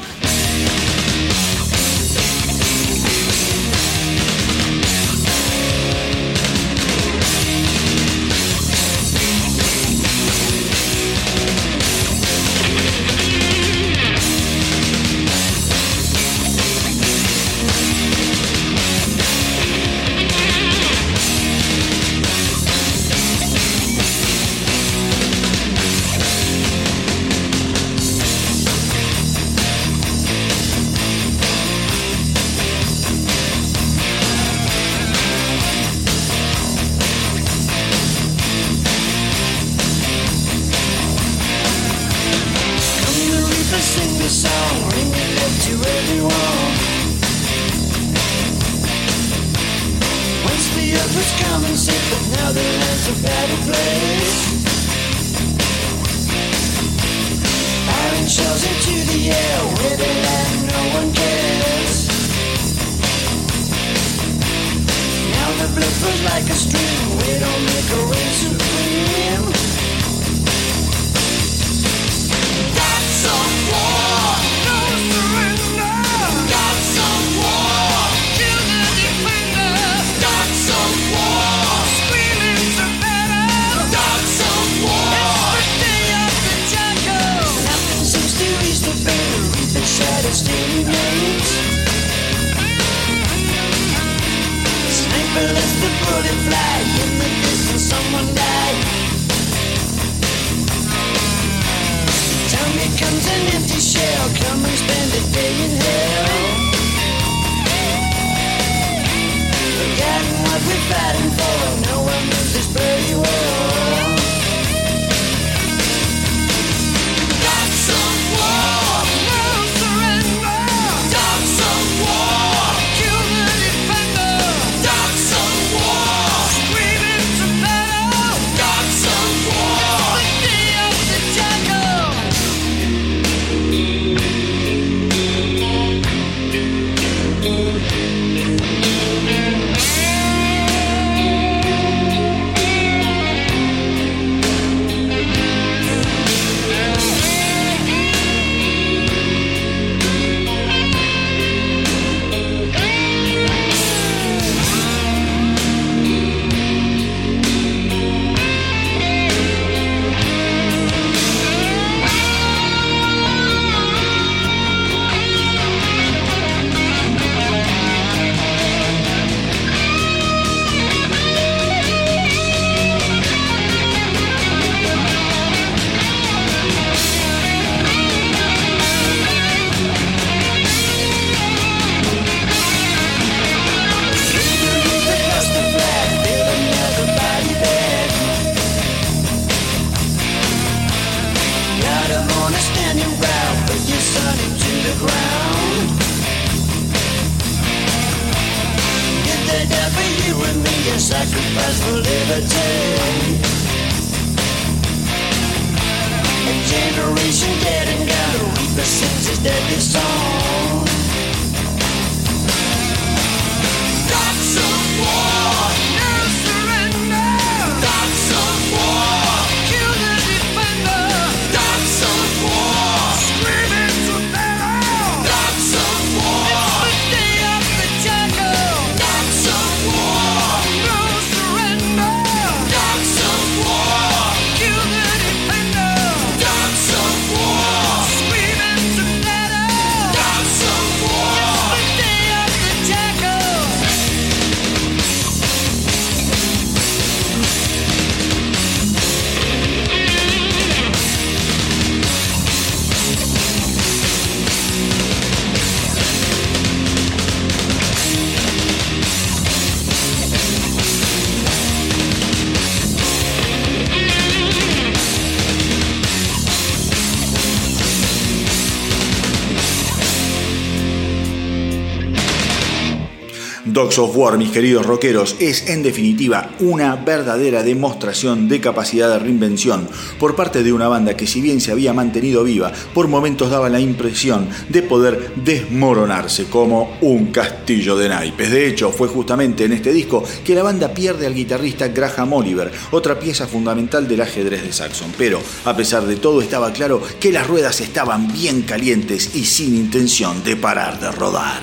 Dogs of War, mis queridos rockeros, es en definitiva una verdadera demostración de capacidad de reinvención por parte de una banda que, si bien se había mantenido viva, por momentos daba la impresión de poder desmoronarse como un castillo de naipes. De hecho, fue justamente en este disco que la banda pierde al guitarrista Graham Oliver, otra pieza fundamental del ajedrez de Saxon. Pero, a pesar de todo, estaba claro que las ruedas estaban bien calientes y sin intención de parar de rodar.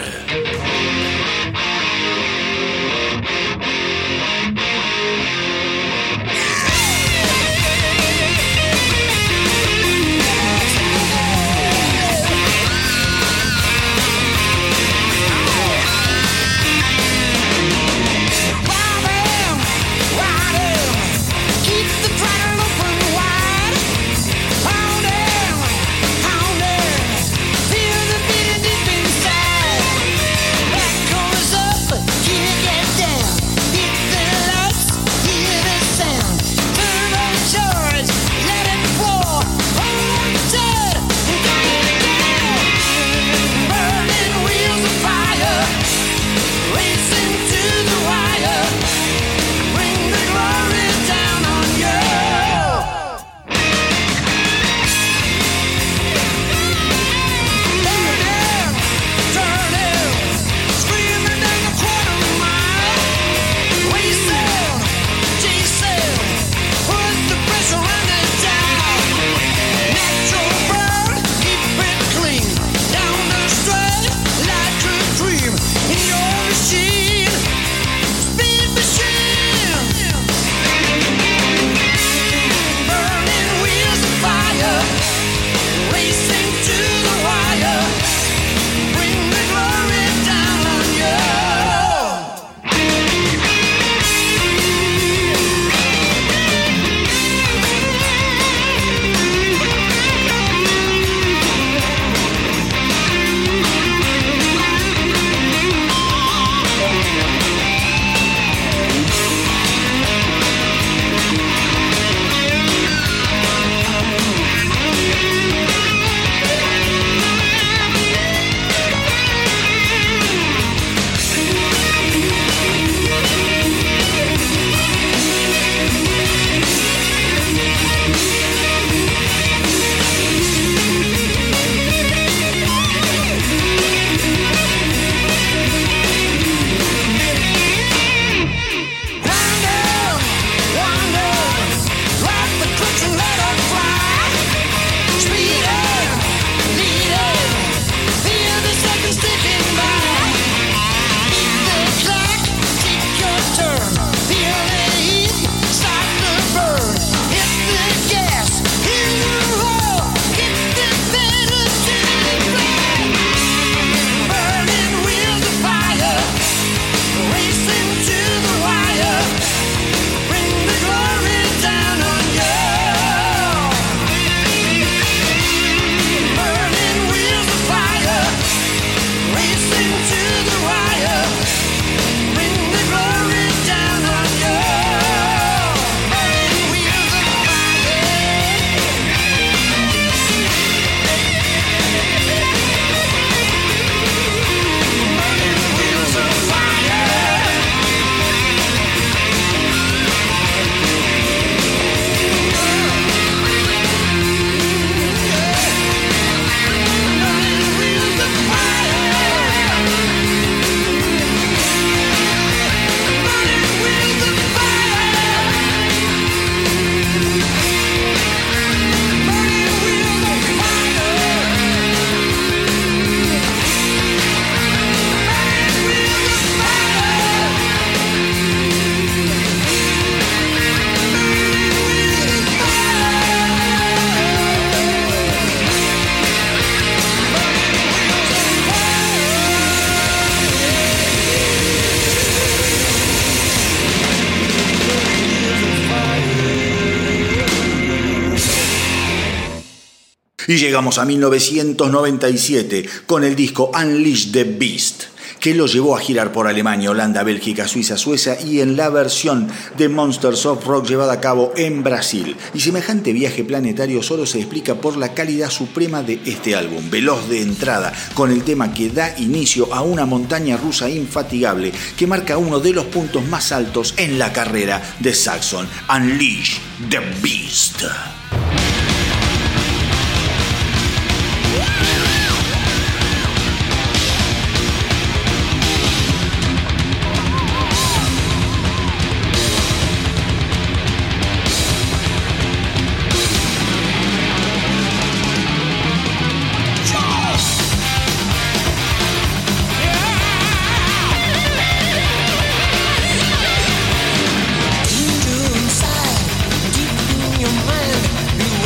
Y llegamos a 1997 con el disco Unleash the Beast, que lo llevó a girar por Alemania, Holanda, Bélgica, Suiza, Suecia y en la versión de Monsters of Rock llevada a cabo en Brasil. Y semejante viaje planetario solo se explica por la calidad suprema de este álbum, veloz de entrada, con el tema que da inicio a una montaña rusa infatigable que marca uno de los puntos más altos en la carrera de Saxon, Unleash the Beast. Inside, deep in your mind, you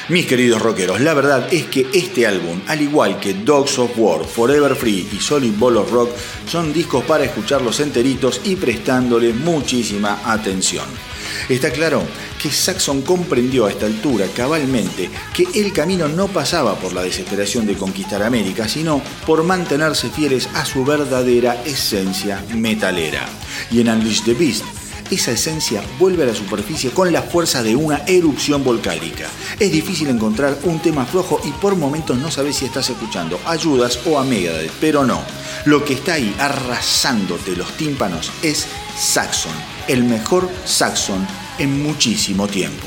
Mis queridos rockeros, la verdad es que este álbum, al igual que Dogs of War, Forever Free y Solid Ball of Rock, son discos para escucharlos enteritos y prestándoles muchísima atención. Está claro que Saxon comprendió a esta altura cabalmente que el camino no pasaba por la desesperación de conquistar América, sino por mantenerse fieles a su verdadera esencia metalera. Y en Unleash the Beast, esa esencia vuelve a la superficie con la fuerza de una erupción volcánica. Es difícil encontrar un tema flojo y por momentos no sabes si estás escuchando a Judas o a Megadeth, pero no. Lo que está ahí arrasándote los tímpanos es Saxon, el mejor Saxon en muchísimo tiempo.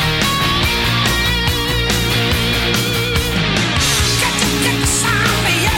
Get the sign, yeah.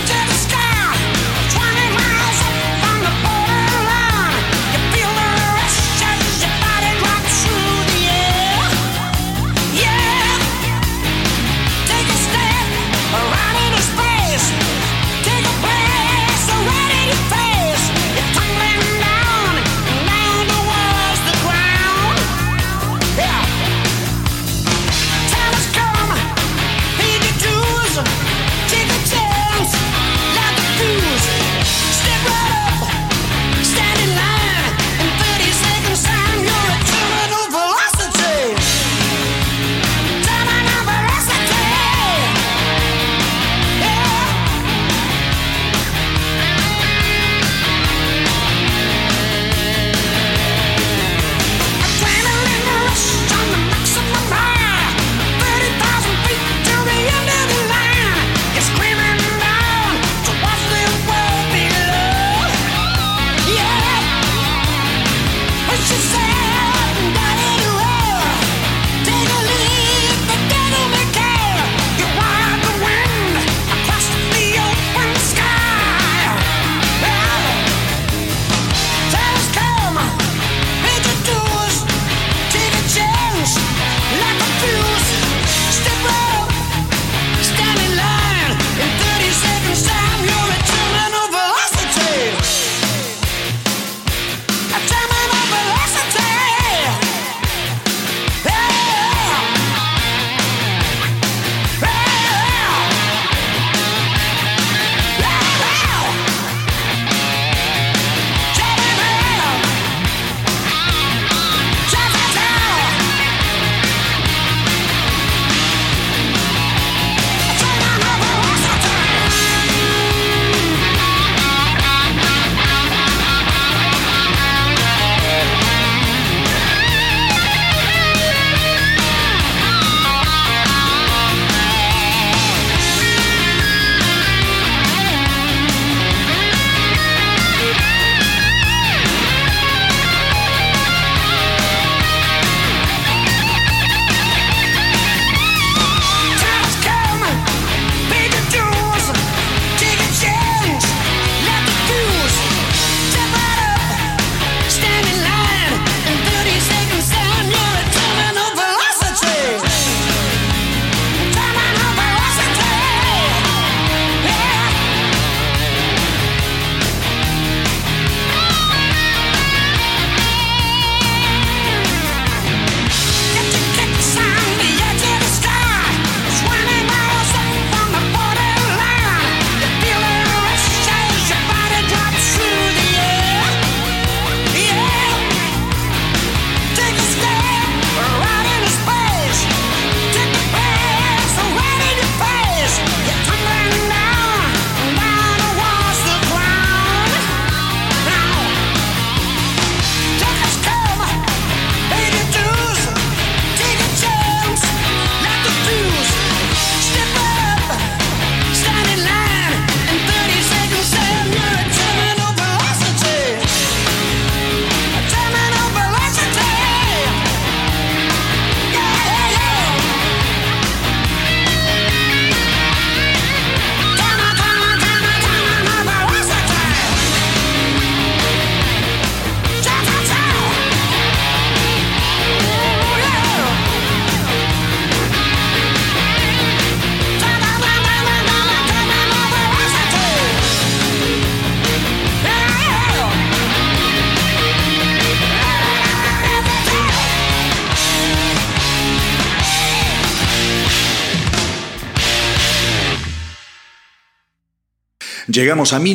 Llegamos a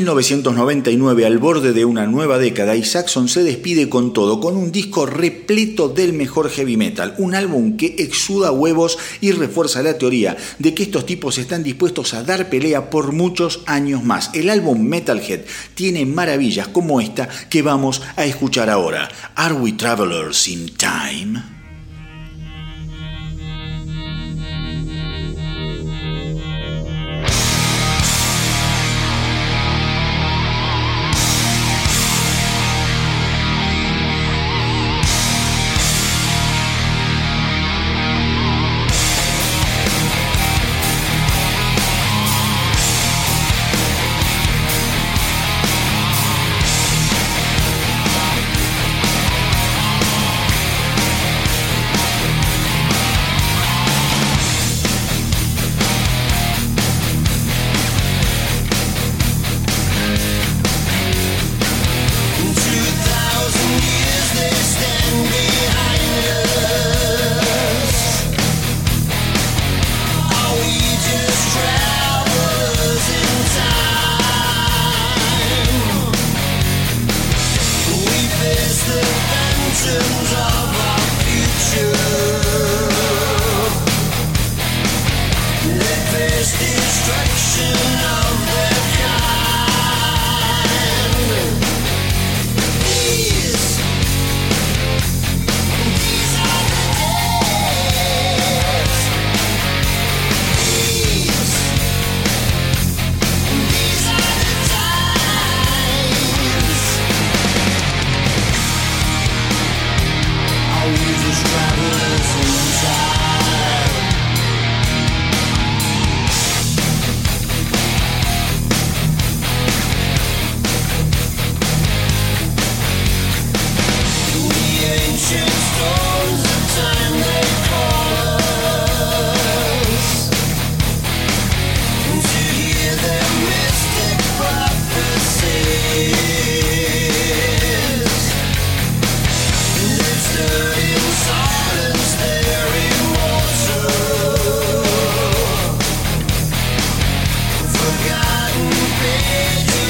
1999, al borde de una nueva década, y Saxon se despide con todo, con un disco repleto del mejor heavy metal, un álbum que exuda huevos y refuerza la teoría de que estos tipos están dispuestos a dar pelea por muchos años más. El álbum Metalhead tiene maravillas como esta que vamos a escuchar ahora. Are We Travelers in Time?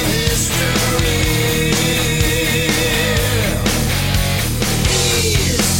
Please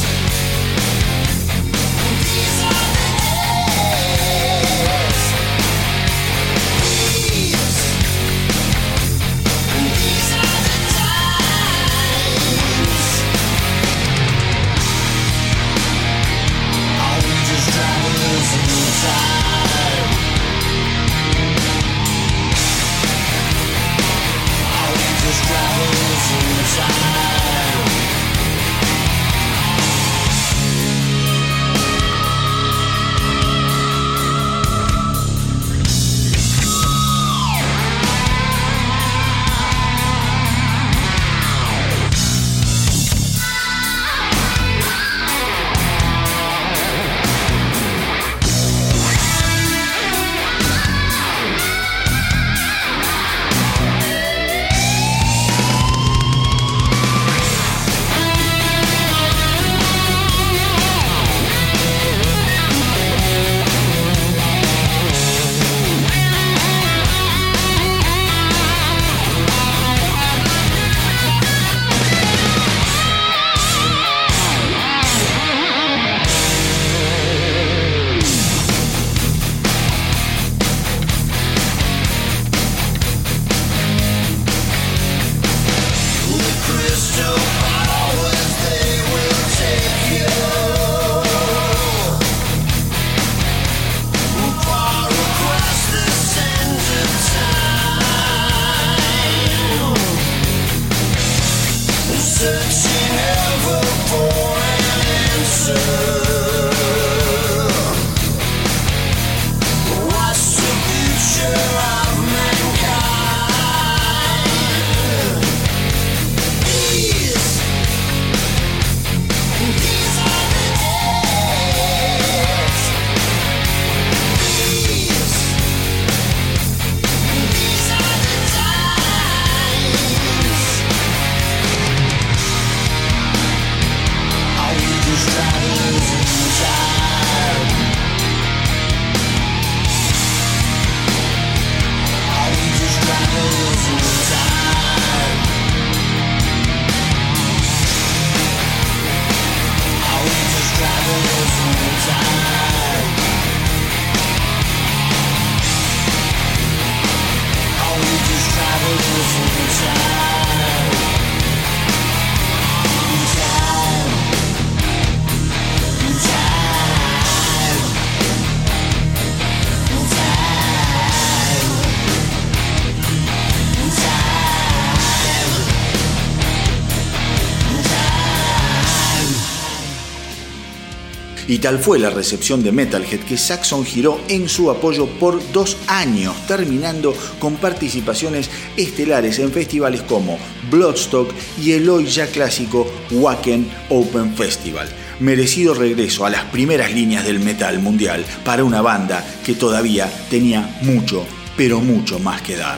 Y tal fue la recepción de Metalhead que Saxon giró en su apoyo por 2 años, terminando con participaciones estelares en festivales como Bloodstock y el hoy ya clásico Wacken Open Festival. Merecido regreso a las primeras líneas del metal mundial para una banda que todavía tenía mucho, pero mucho más que dar.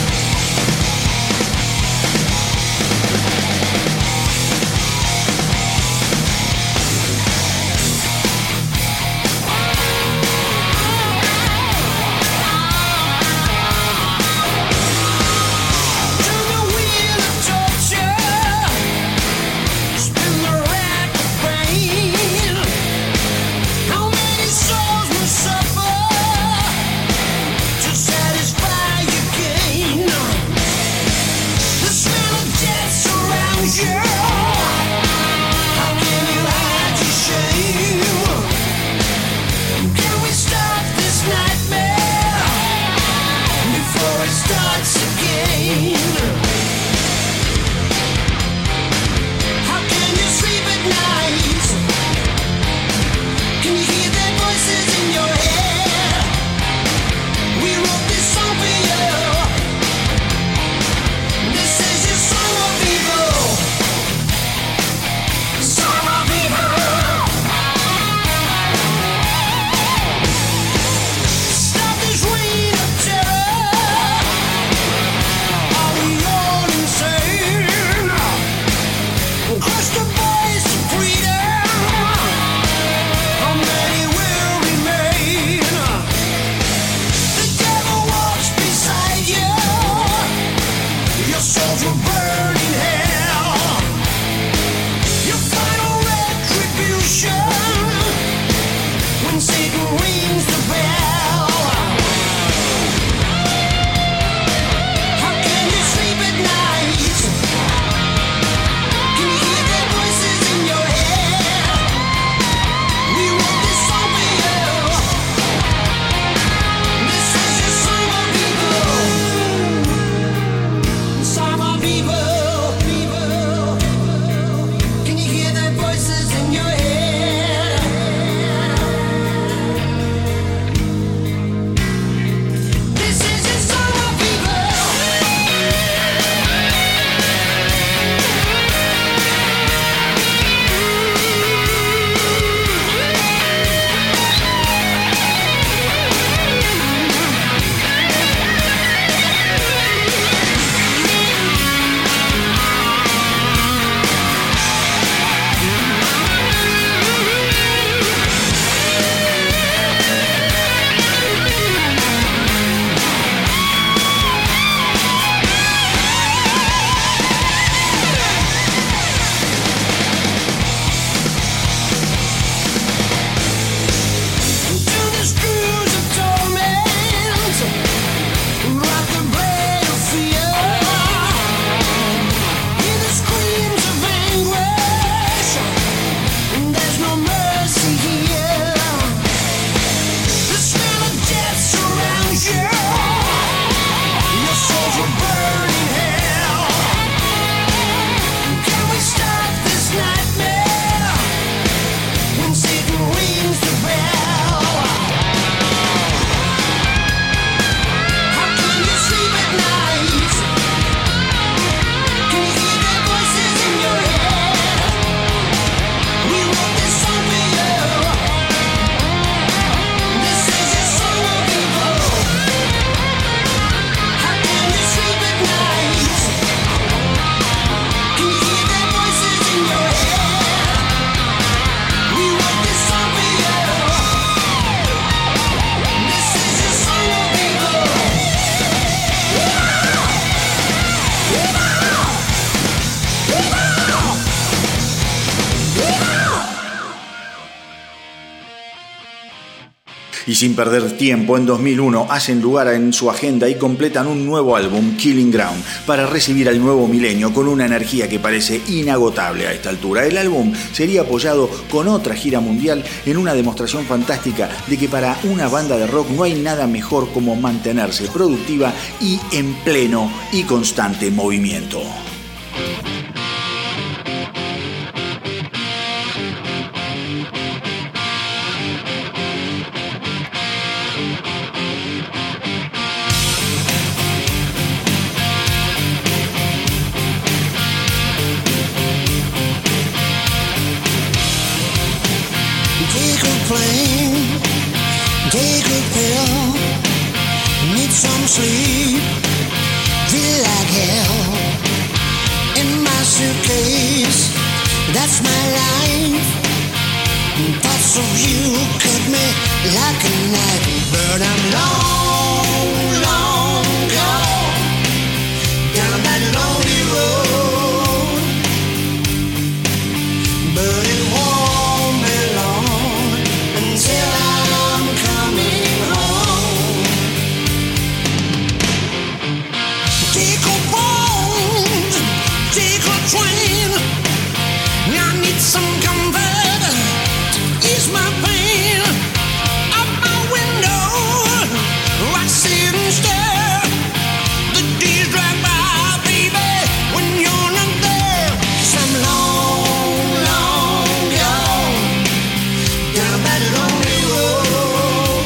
Y sin perder tiempo, en 2001 hacen lugar en su agenda y completan un nuevo álbum, Killing Ground, para recibir al nuevo milenio con una energía que parece inagotable a esta altura. El álbum sería apoyado con otra gira mundial en una demostración fantástica de que para una banda de rock no hay nada mejor como mantenerse productiva y en pleno y constante movimiento. plane, take a pill, need some sleep, feel like hell. In my suitcase, that's my life. Thoughts of you cut me like a knife, but I'm long, long gone down that lonely road. But it won't be long until I'm coming home. Take a bones, take a train. I need some comfort. Ease my pain. Out my window, I sit and stare. The days drag by, baby, when you're not there. 'Cause I'm long, long gone down that lonely road.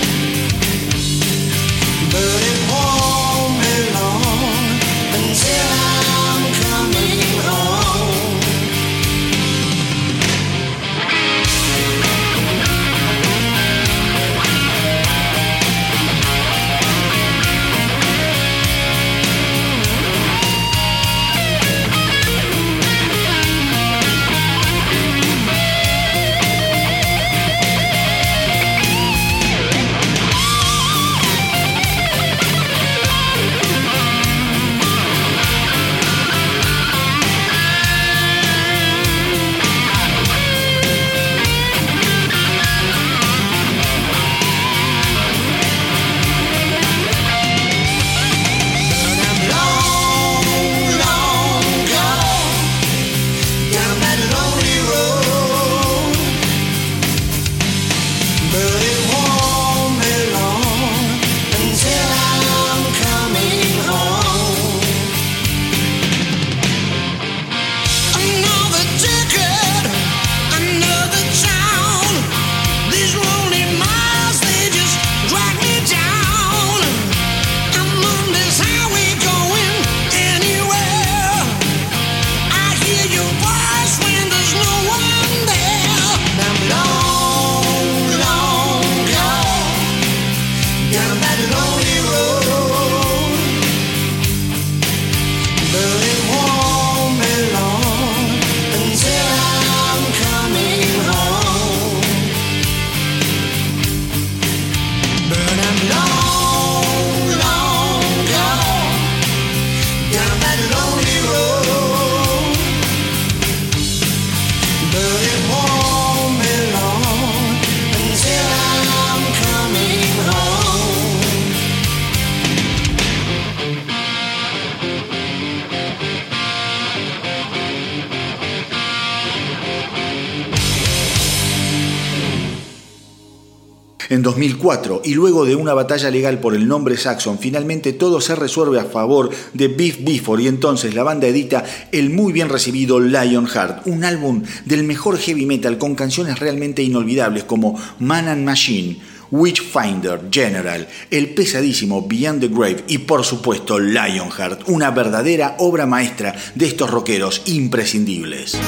But it won't be long until I'm coming home. En 2004, y luego de una batalla legal por el nombre Saxon, finalmente todo se resuelve a favor de Biff Bifford y entonces la banda edita el muy bien recibido Lionheart, un álbum del mejor heavy metal con canciones realmente inolvidables como Man and Machine, Witchfinder, General, el pesadísimo Beyond the Grave y por supuesto Lionheart, una verdadera obra maestra de estos rockeros imprescindibles.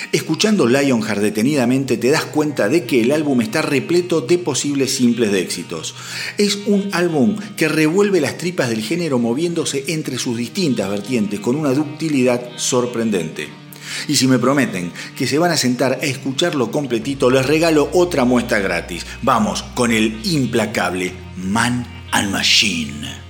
Escuchando Lionheart detenidamente te das cuenta de que el álbum está repleto de posibles simples de éxitos. Es un álbum que revuelve las tripas del género moviéndose entre sus distintas vertientes con una ductilidad sorprendente. Y si me prometen que se van a sentar a escucharlo completito, les regalo otra muestra gratis. Vamos con el implacable Man and Machine.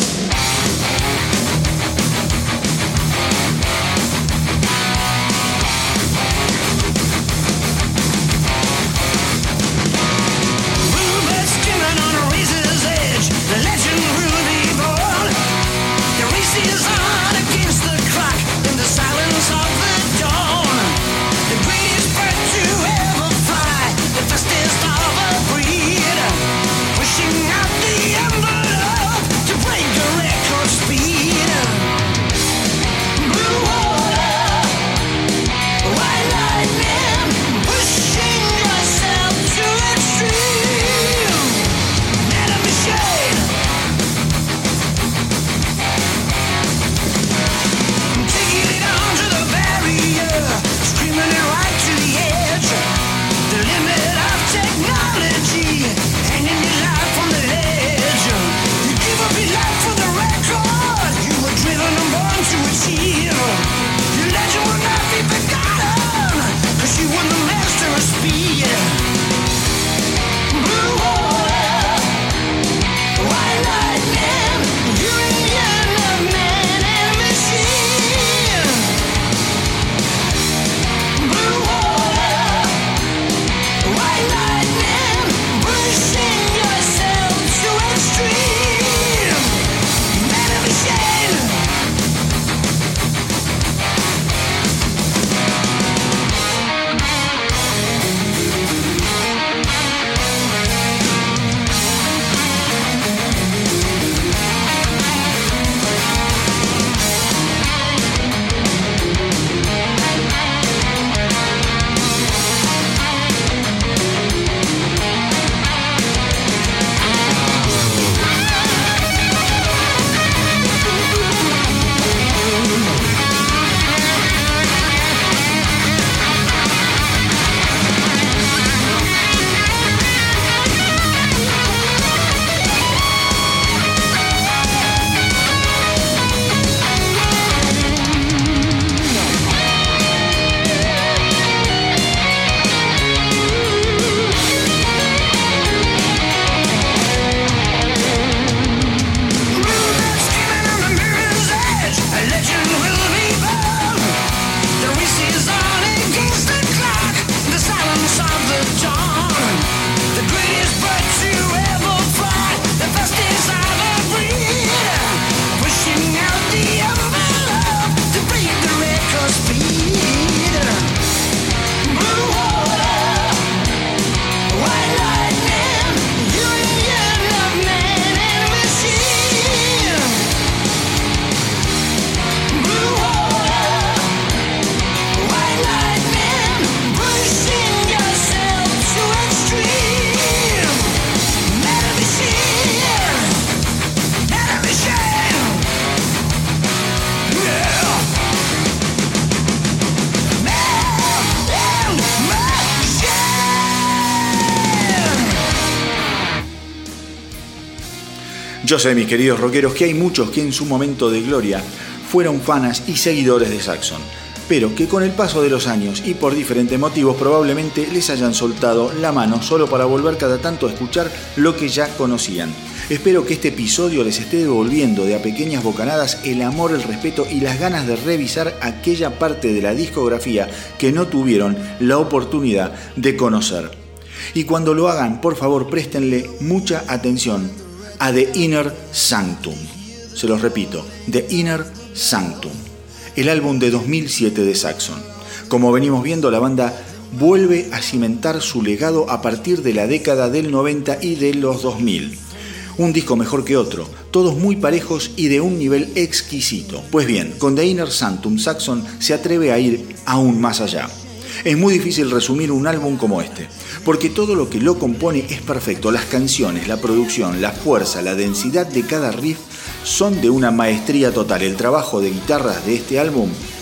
Yo sé, mis queridos rockeros, que hay muchos que en su momento de gloria fueron fanas y seguidores de Saxon, pero que con el paso de los años y por diferentes motivos probablemente les hayan soltado la mano solo para volver cada tanto a escuchar lo que ya conocían. Espero que este episodio les esté devolviendo de a pequeñas bocanadas el amor, el respeto y las ganas de revisar aquella parte de la discografía que no tuvieron la oportunidad de conocer. Y cuando lo hagan, por favor, préstenle mucha atención a The Inner Sanctum. Se los repito, The Inner Sanctum, el álbum de 2007 de Saxon. Como venimos viendo, la banda vuelve a cimentar su legado a partir de la década del 90 y de los 2000. Un disco mejor que otro, todos muy parejos y de un nivel exquisito. Pues bien, con The Inner Sanctum, Saxon se atreve a ir aún más allá. Es muy difícil resumir un álbum como este, porque todo lo que lo compone es perfecto. Las canciones, la producción, la fuerza, la densidad de cada riff son de una maestría total. El trabajo de guitarras de este álbum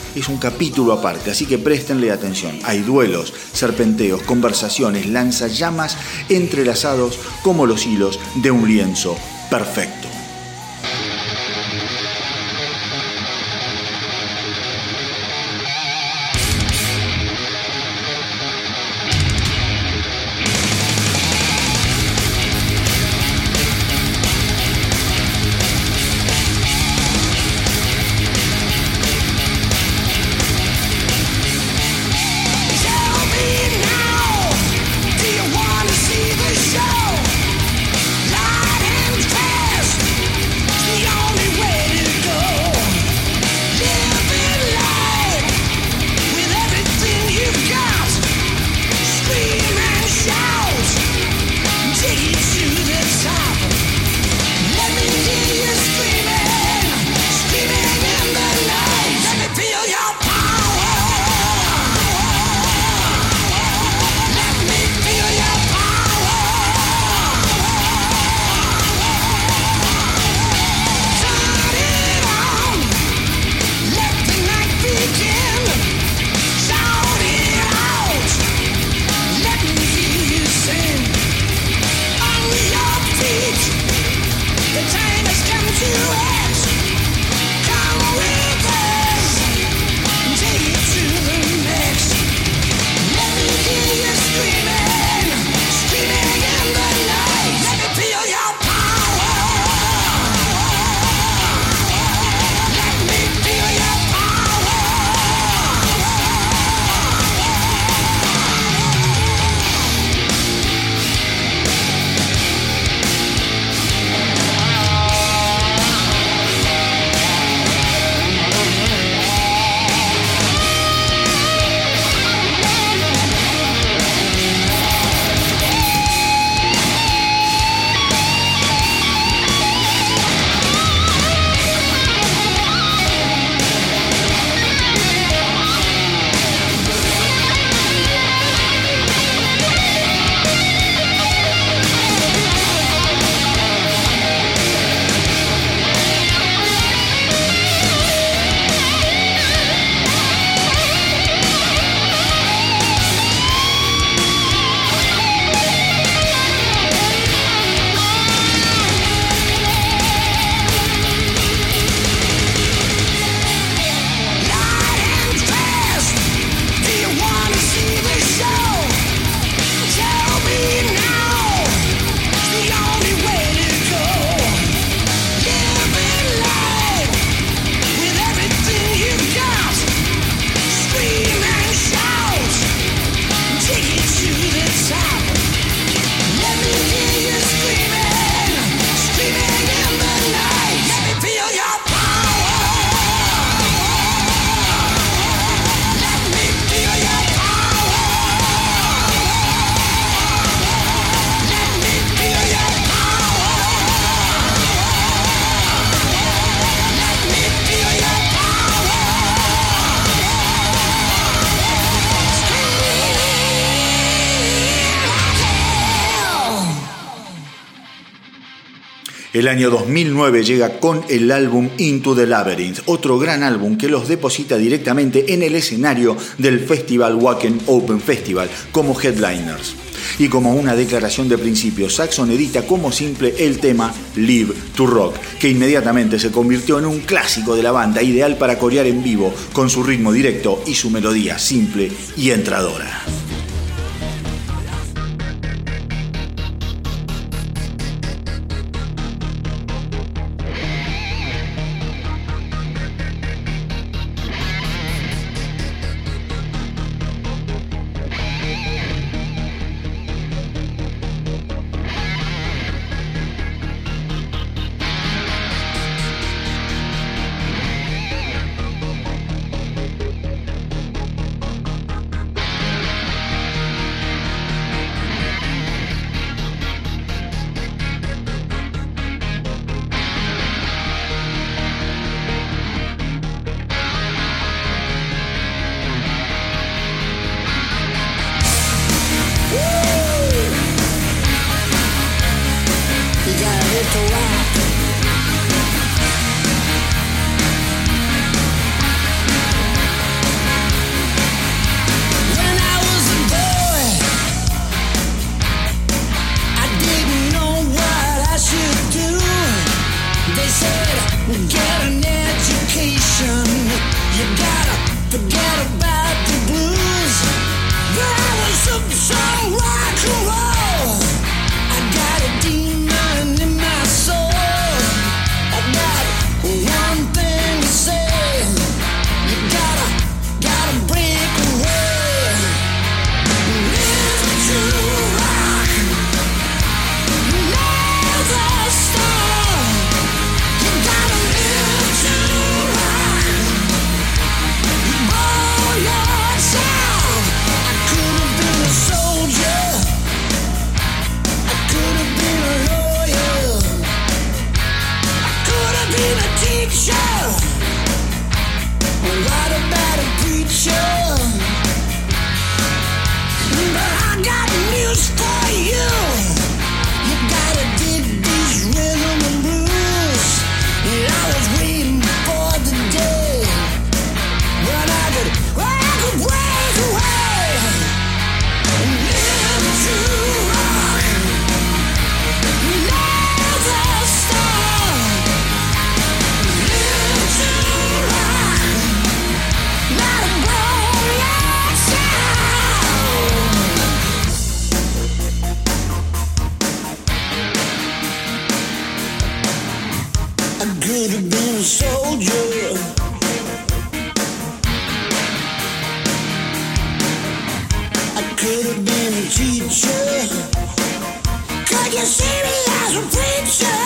es un capítulo aparte, así que préstenle atención. Hay duelos, serpenteos, conversaciones, lanzallamas entrelazados como los hilos de un lienzo perfecto. El año 2009 llega con el álbum Into the Labyrinth, otro gran álbum que los deposita directamente en el escenario del Festival Wacken Open Festival como headliners. Y como una declaración de principio, Saxon edita como simple el tema Live to Rock, que inmediatamente se convirtió en un clásico de la banda, ideal para corear en vivo, con su ritmo directo y su melodía simple y entradora. I could have been a teacher. Could you see me as a preacher?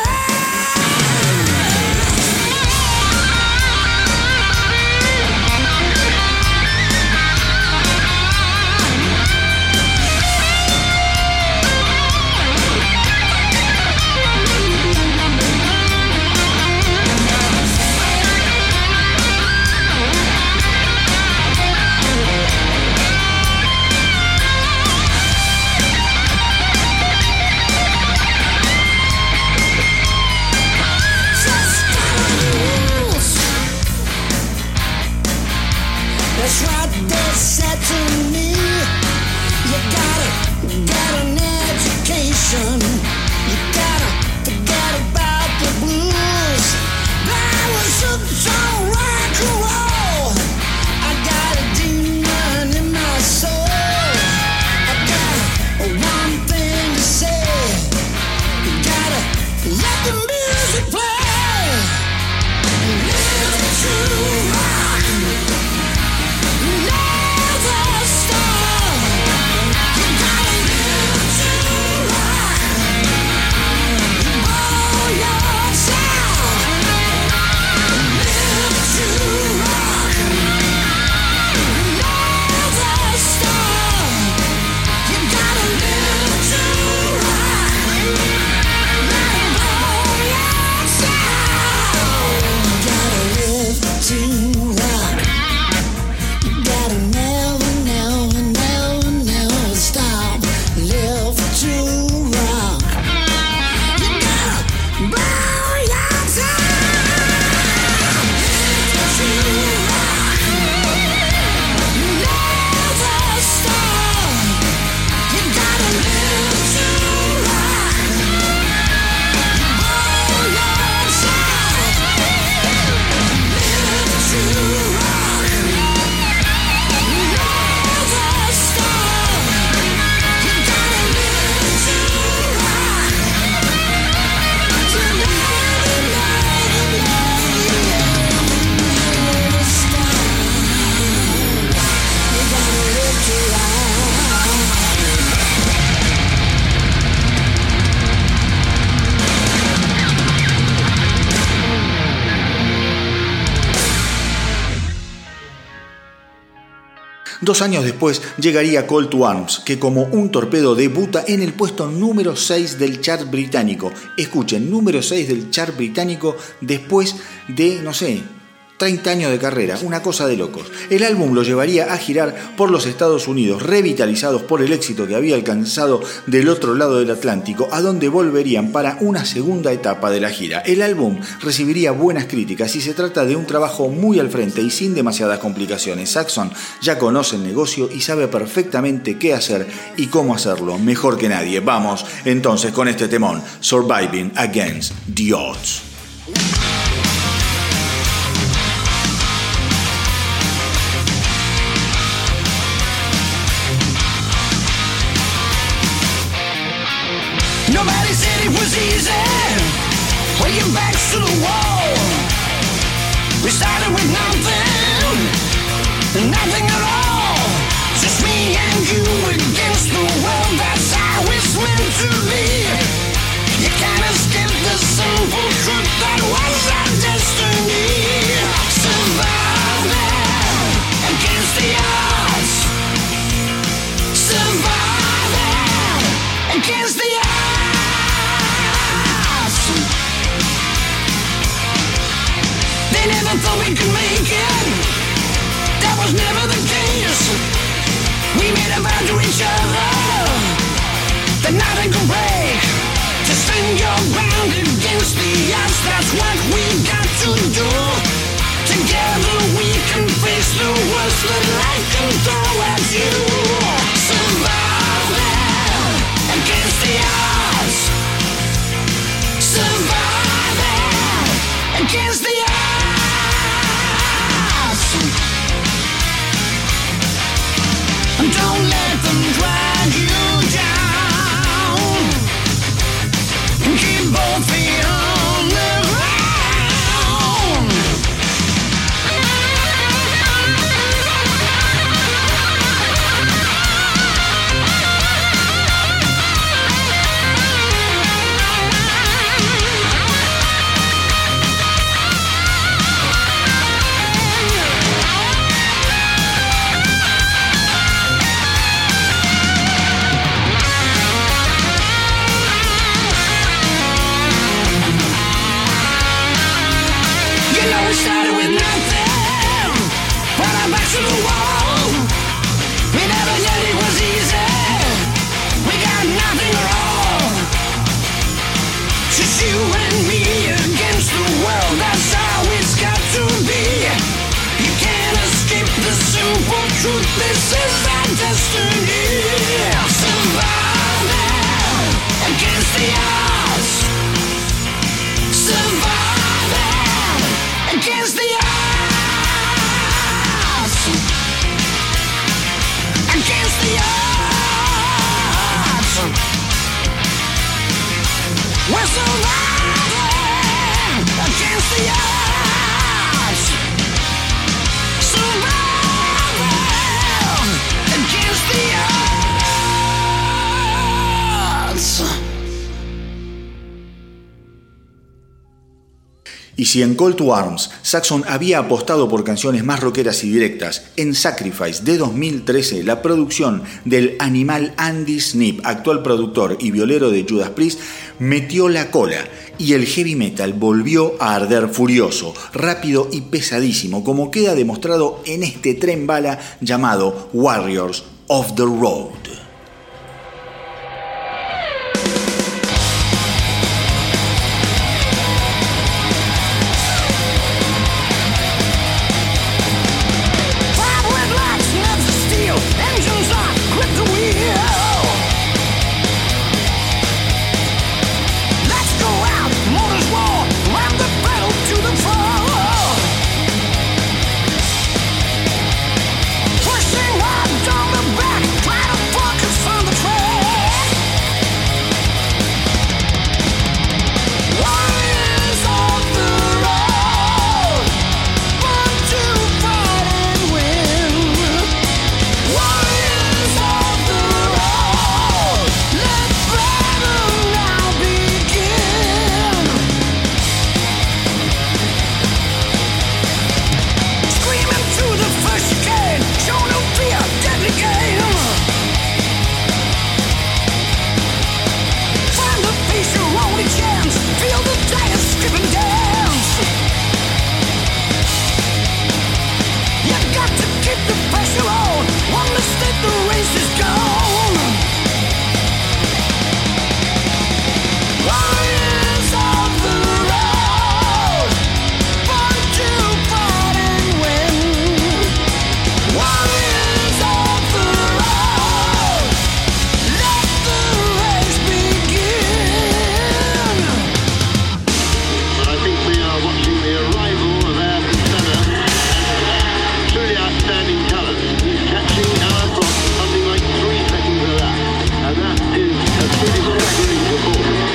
That's what they said to me. You gotta get an education. You gotta forget about the blues. I was hooked on rock and roll. I got a demon in my soul. I got one thing to say. You gotta let the music play. Live to rock. Never stop. You gotta live to rock. Oh, yourself. Live to rock. Never stop. You gotta live to rock. Let it blow yourself. Gotta live to rock. Gotta never, never, never, never stop. Live to rock. You gotta bow yourself. Live to rock. Never stop. You gotta live to rock. Bow yourself. Live to rock. Never stop. You gotta live to rock. To never, never, never stop. You gotta live to rock. Dos años después llegaría Call to Arms, que como un torpedo debuta en el puesto número 6 del chart británico. Escuchen, número 6 del chart británico después de, no sé, 30 años de carrera, una cosa de locos. El álbum lo llevaría a girar por los Estados Unidos, revitalizados por el éxito que había alcanzado del otro lado del Atlántico, a donde volverían para una segunda etapa de la gira. El álbum recibiría buenas críticas y se trata de un trabajo muy al frente y sin demasiadas complicaciones. Saxon ya conoce el negocio y sabe perfectamente qué hacer y cómo hacerlo, mejor que nadie. Vamos entonces con este temón, Surviving Against the Odds. Nobody said it was easy. When your back's to the wall. We started with nothing, nothing at all. Just me and you against the world. That's how it's meant to be. You can't escape the simple truth that was our destiny. Surviving against the odds. Surviving against the odds. They never thought we could make it. That was never the case. We made a vow to each other that nothing could break. To stand your ground against the odds, that's what we got to do. Together we can face the worst that life can throw at you. Surviving against the odds. Surviving against the odds. Don't let them drag you down. Keep both feet on the ground. This is our destiny. Surviving against the odds. Surviving against the odds. Against the odds. We're surviving against the odds. Surviving against the odds. Y si en Call to Arms Saxon había apostado por canciones más rockeras y directas, en Sacrifice de 2013 la producción del animal Andy Sneap, actual productor y violero de Judas Priest, metió la cola y el heavy metal volvió a arder furioso, rápido y pesadísimo, como queda demostrado en este tren bala llamado Warriors of the Road. Pushing hard down the back, try to focus on the track. Warriors of the road, born to fight and win. Warriors of the road, let battle now begin. Screaming through the first chicane, show no fear, deadly game. Find the face your only chance, feel the giants skip and dance. You got to keep the pressure on, one mistake the race is gone. Warriors of the road, born to fight and win. Warriors of the road, let the race begin. I think we are watching the arrival of our contender. Truly outstanding talent. He's catching our cross something like 3 seconds of that. And that is a pretty staggering performance.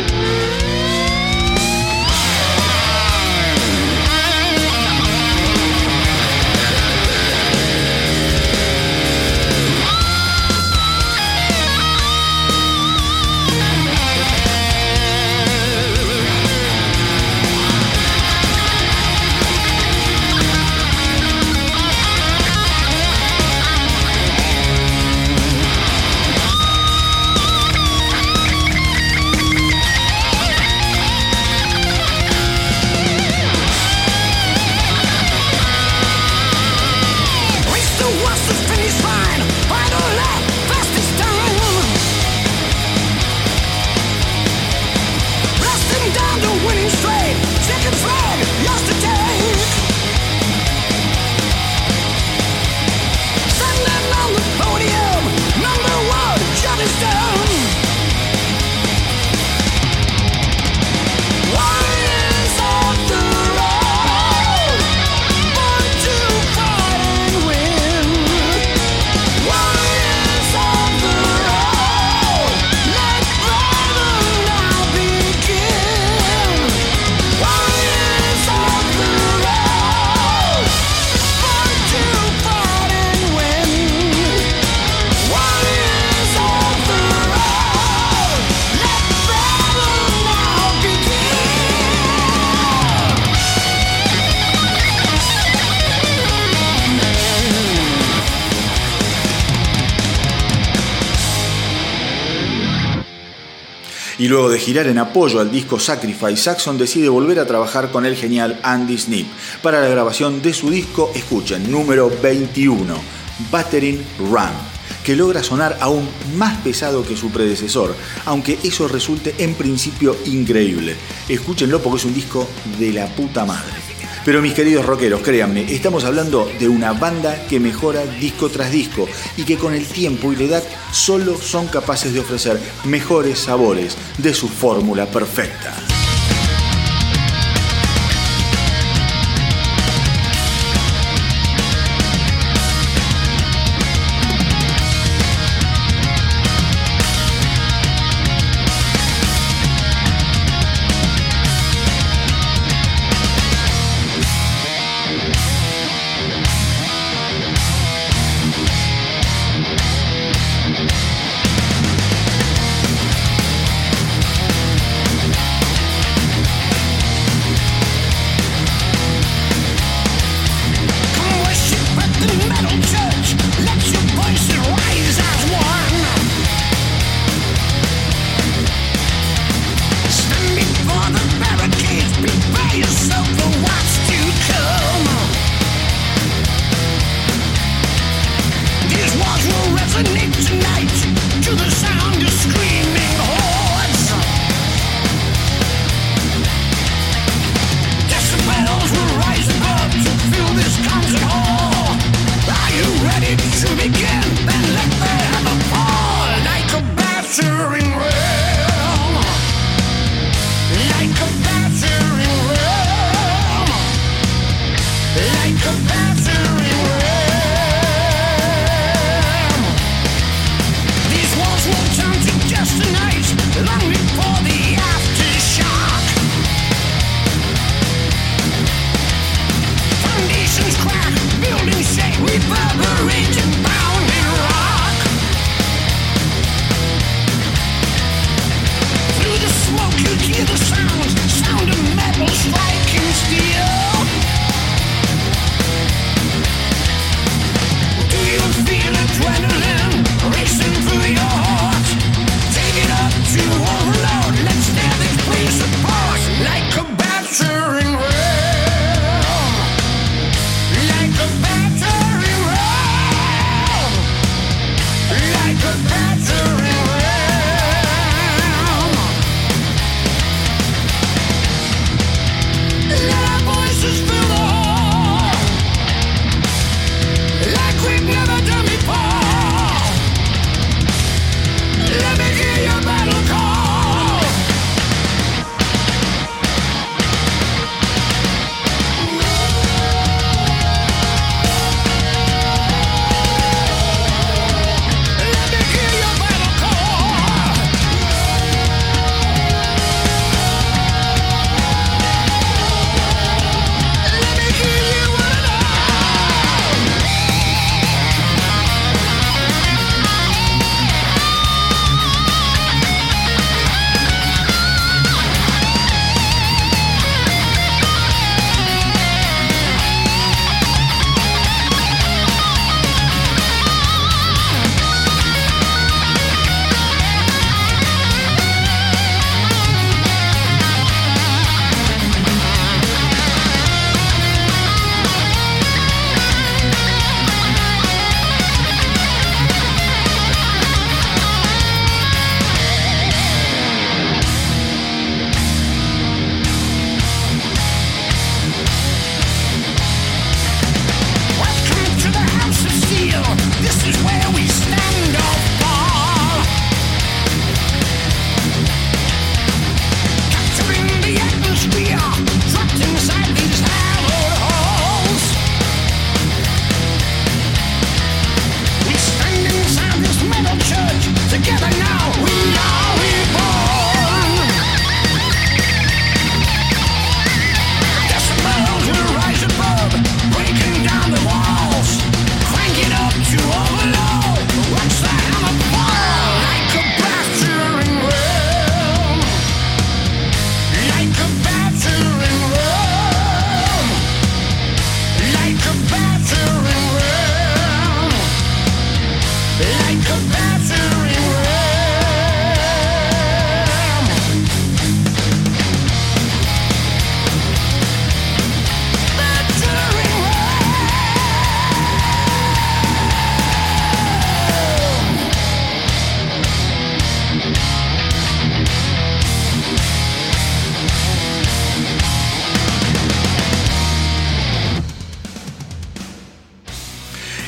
Race towards the finish line, fight or lap, fastest time. Blasting down the winning straight, second flag, yours to take. Standing on the podium, number 1, job is done. Warriors of the road, born to fight and win. Warriors of the road, let battle now begin. Warriors of the road, born to fight and win. Warriors of the road, let battle now begin. Y luego de girar en apoyo al disco Sacrifice, Saxon decide volver a trabajar con el genial Andy Sneap para la grabación de su disco, escuchen, número 21, Battering Ram, que logra sonar aún más pesado que su predecesor, aunque eso resulte en principio increíble. Escúchenlo porque es un disco de la puta madre. Pero mis queridos rockeros, créanme, estamos hablando de una banda que mejora disco tras disco y que con el tiempo y la edad solo son capaces de ofrecer mejores sabores de su fórmula perfecta.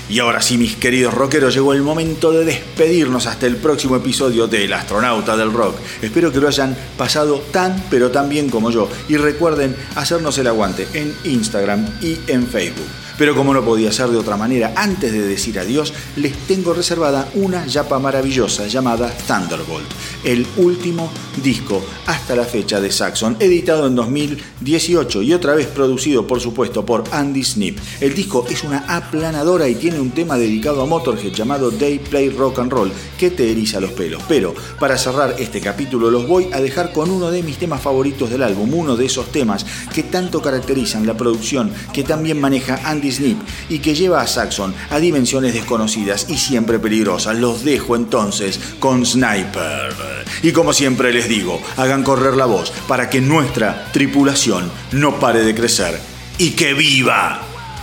Y ahora sí, mis queridos rockeros, llegó el momento de despedirnos hasta el próximo episodio de El Astronauta del Rock. Espero que lo hayan pasado tan, pero tan bien como yo. Y recuerden hacernos el aguante en Instagram y en Facebook. Pero como no podía ser de otra manera, antes de decir adiós, les tengo reservada una yapa maravillosa llamada Thunderbolt, el último disco hasta la fecha de Saxon, editado en 2018 y otra vez producido, por supuesto, por Andy Sneap. El disco es una aplanadora y tiene un tema dedicado a Motorhead llamado They Play Rock and Roll, que te eriza los pelos. Pero para cerrar este capítulo los voy a dejar con uno de mis temas favoritos del álbum, uno de esos temas que tanto caracterizan la producción que también maneja Andy Sneap y que lleva a Saxon a dimensiones desconocidas y siempre peligrosas. Los dejo entonces con Sniper. Y como siempre les digo, hagan correr la voz para que nuestra tripulación no pare de crecer y que viva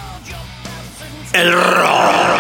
el rock.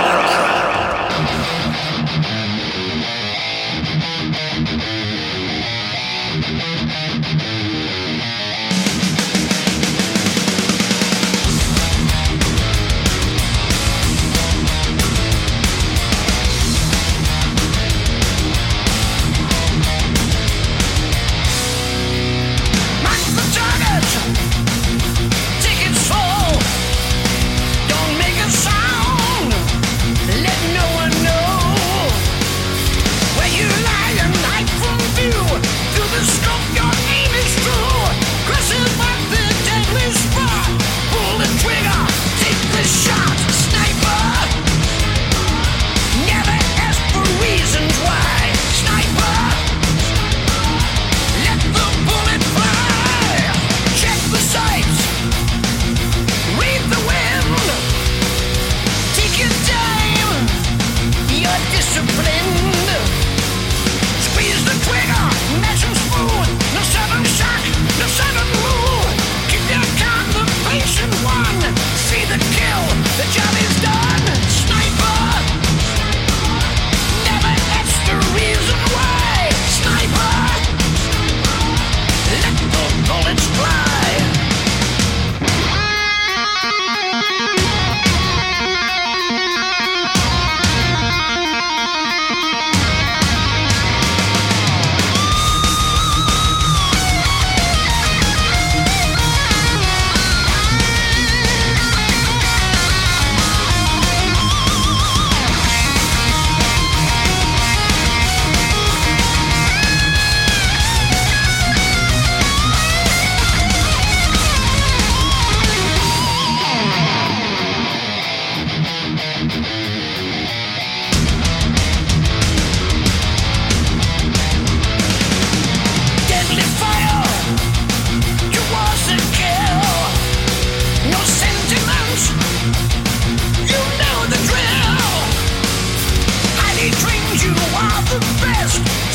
You are the best.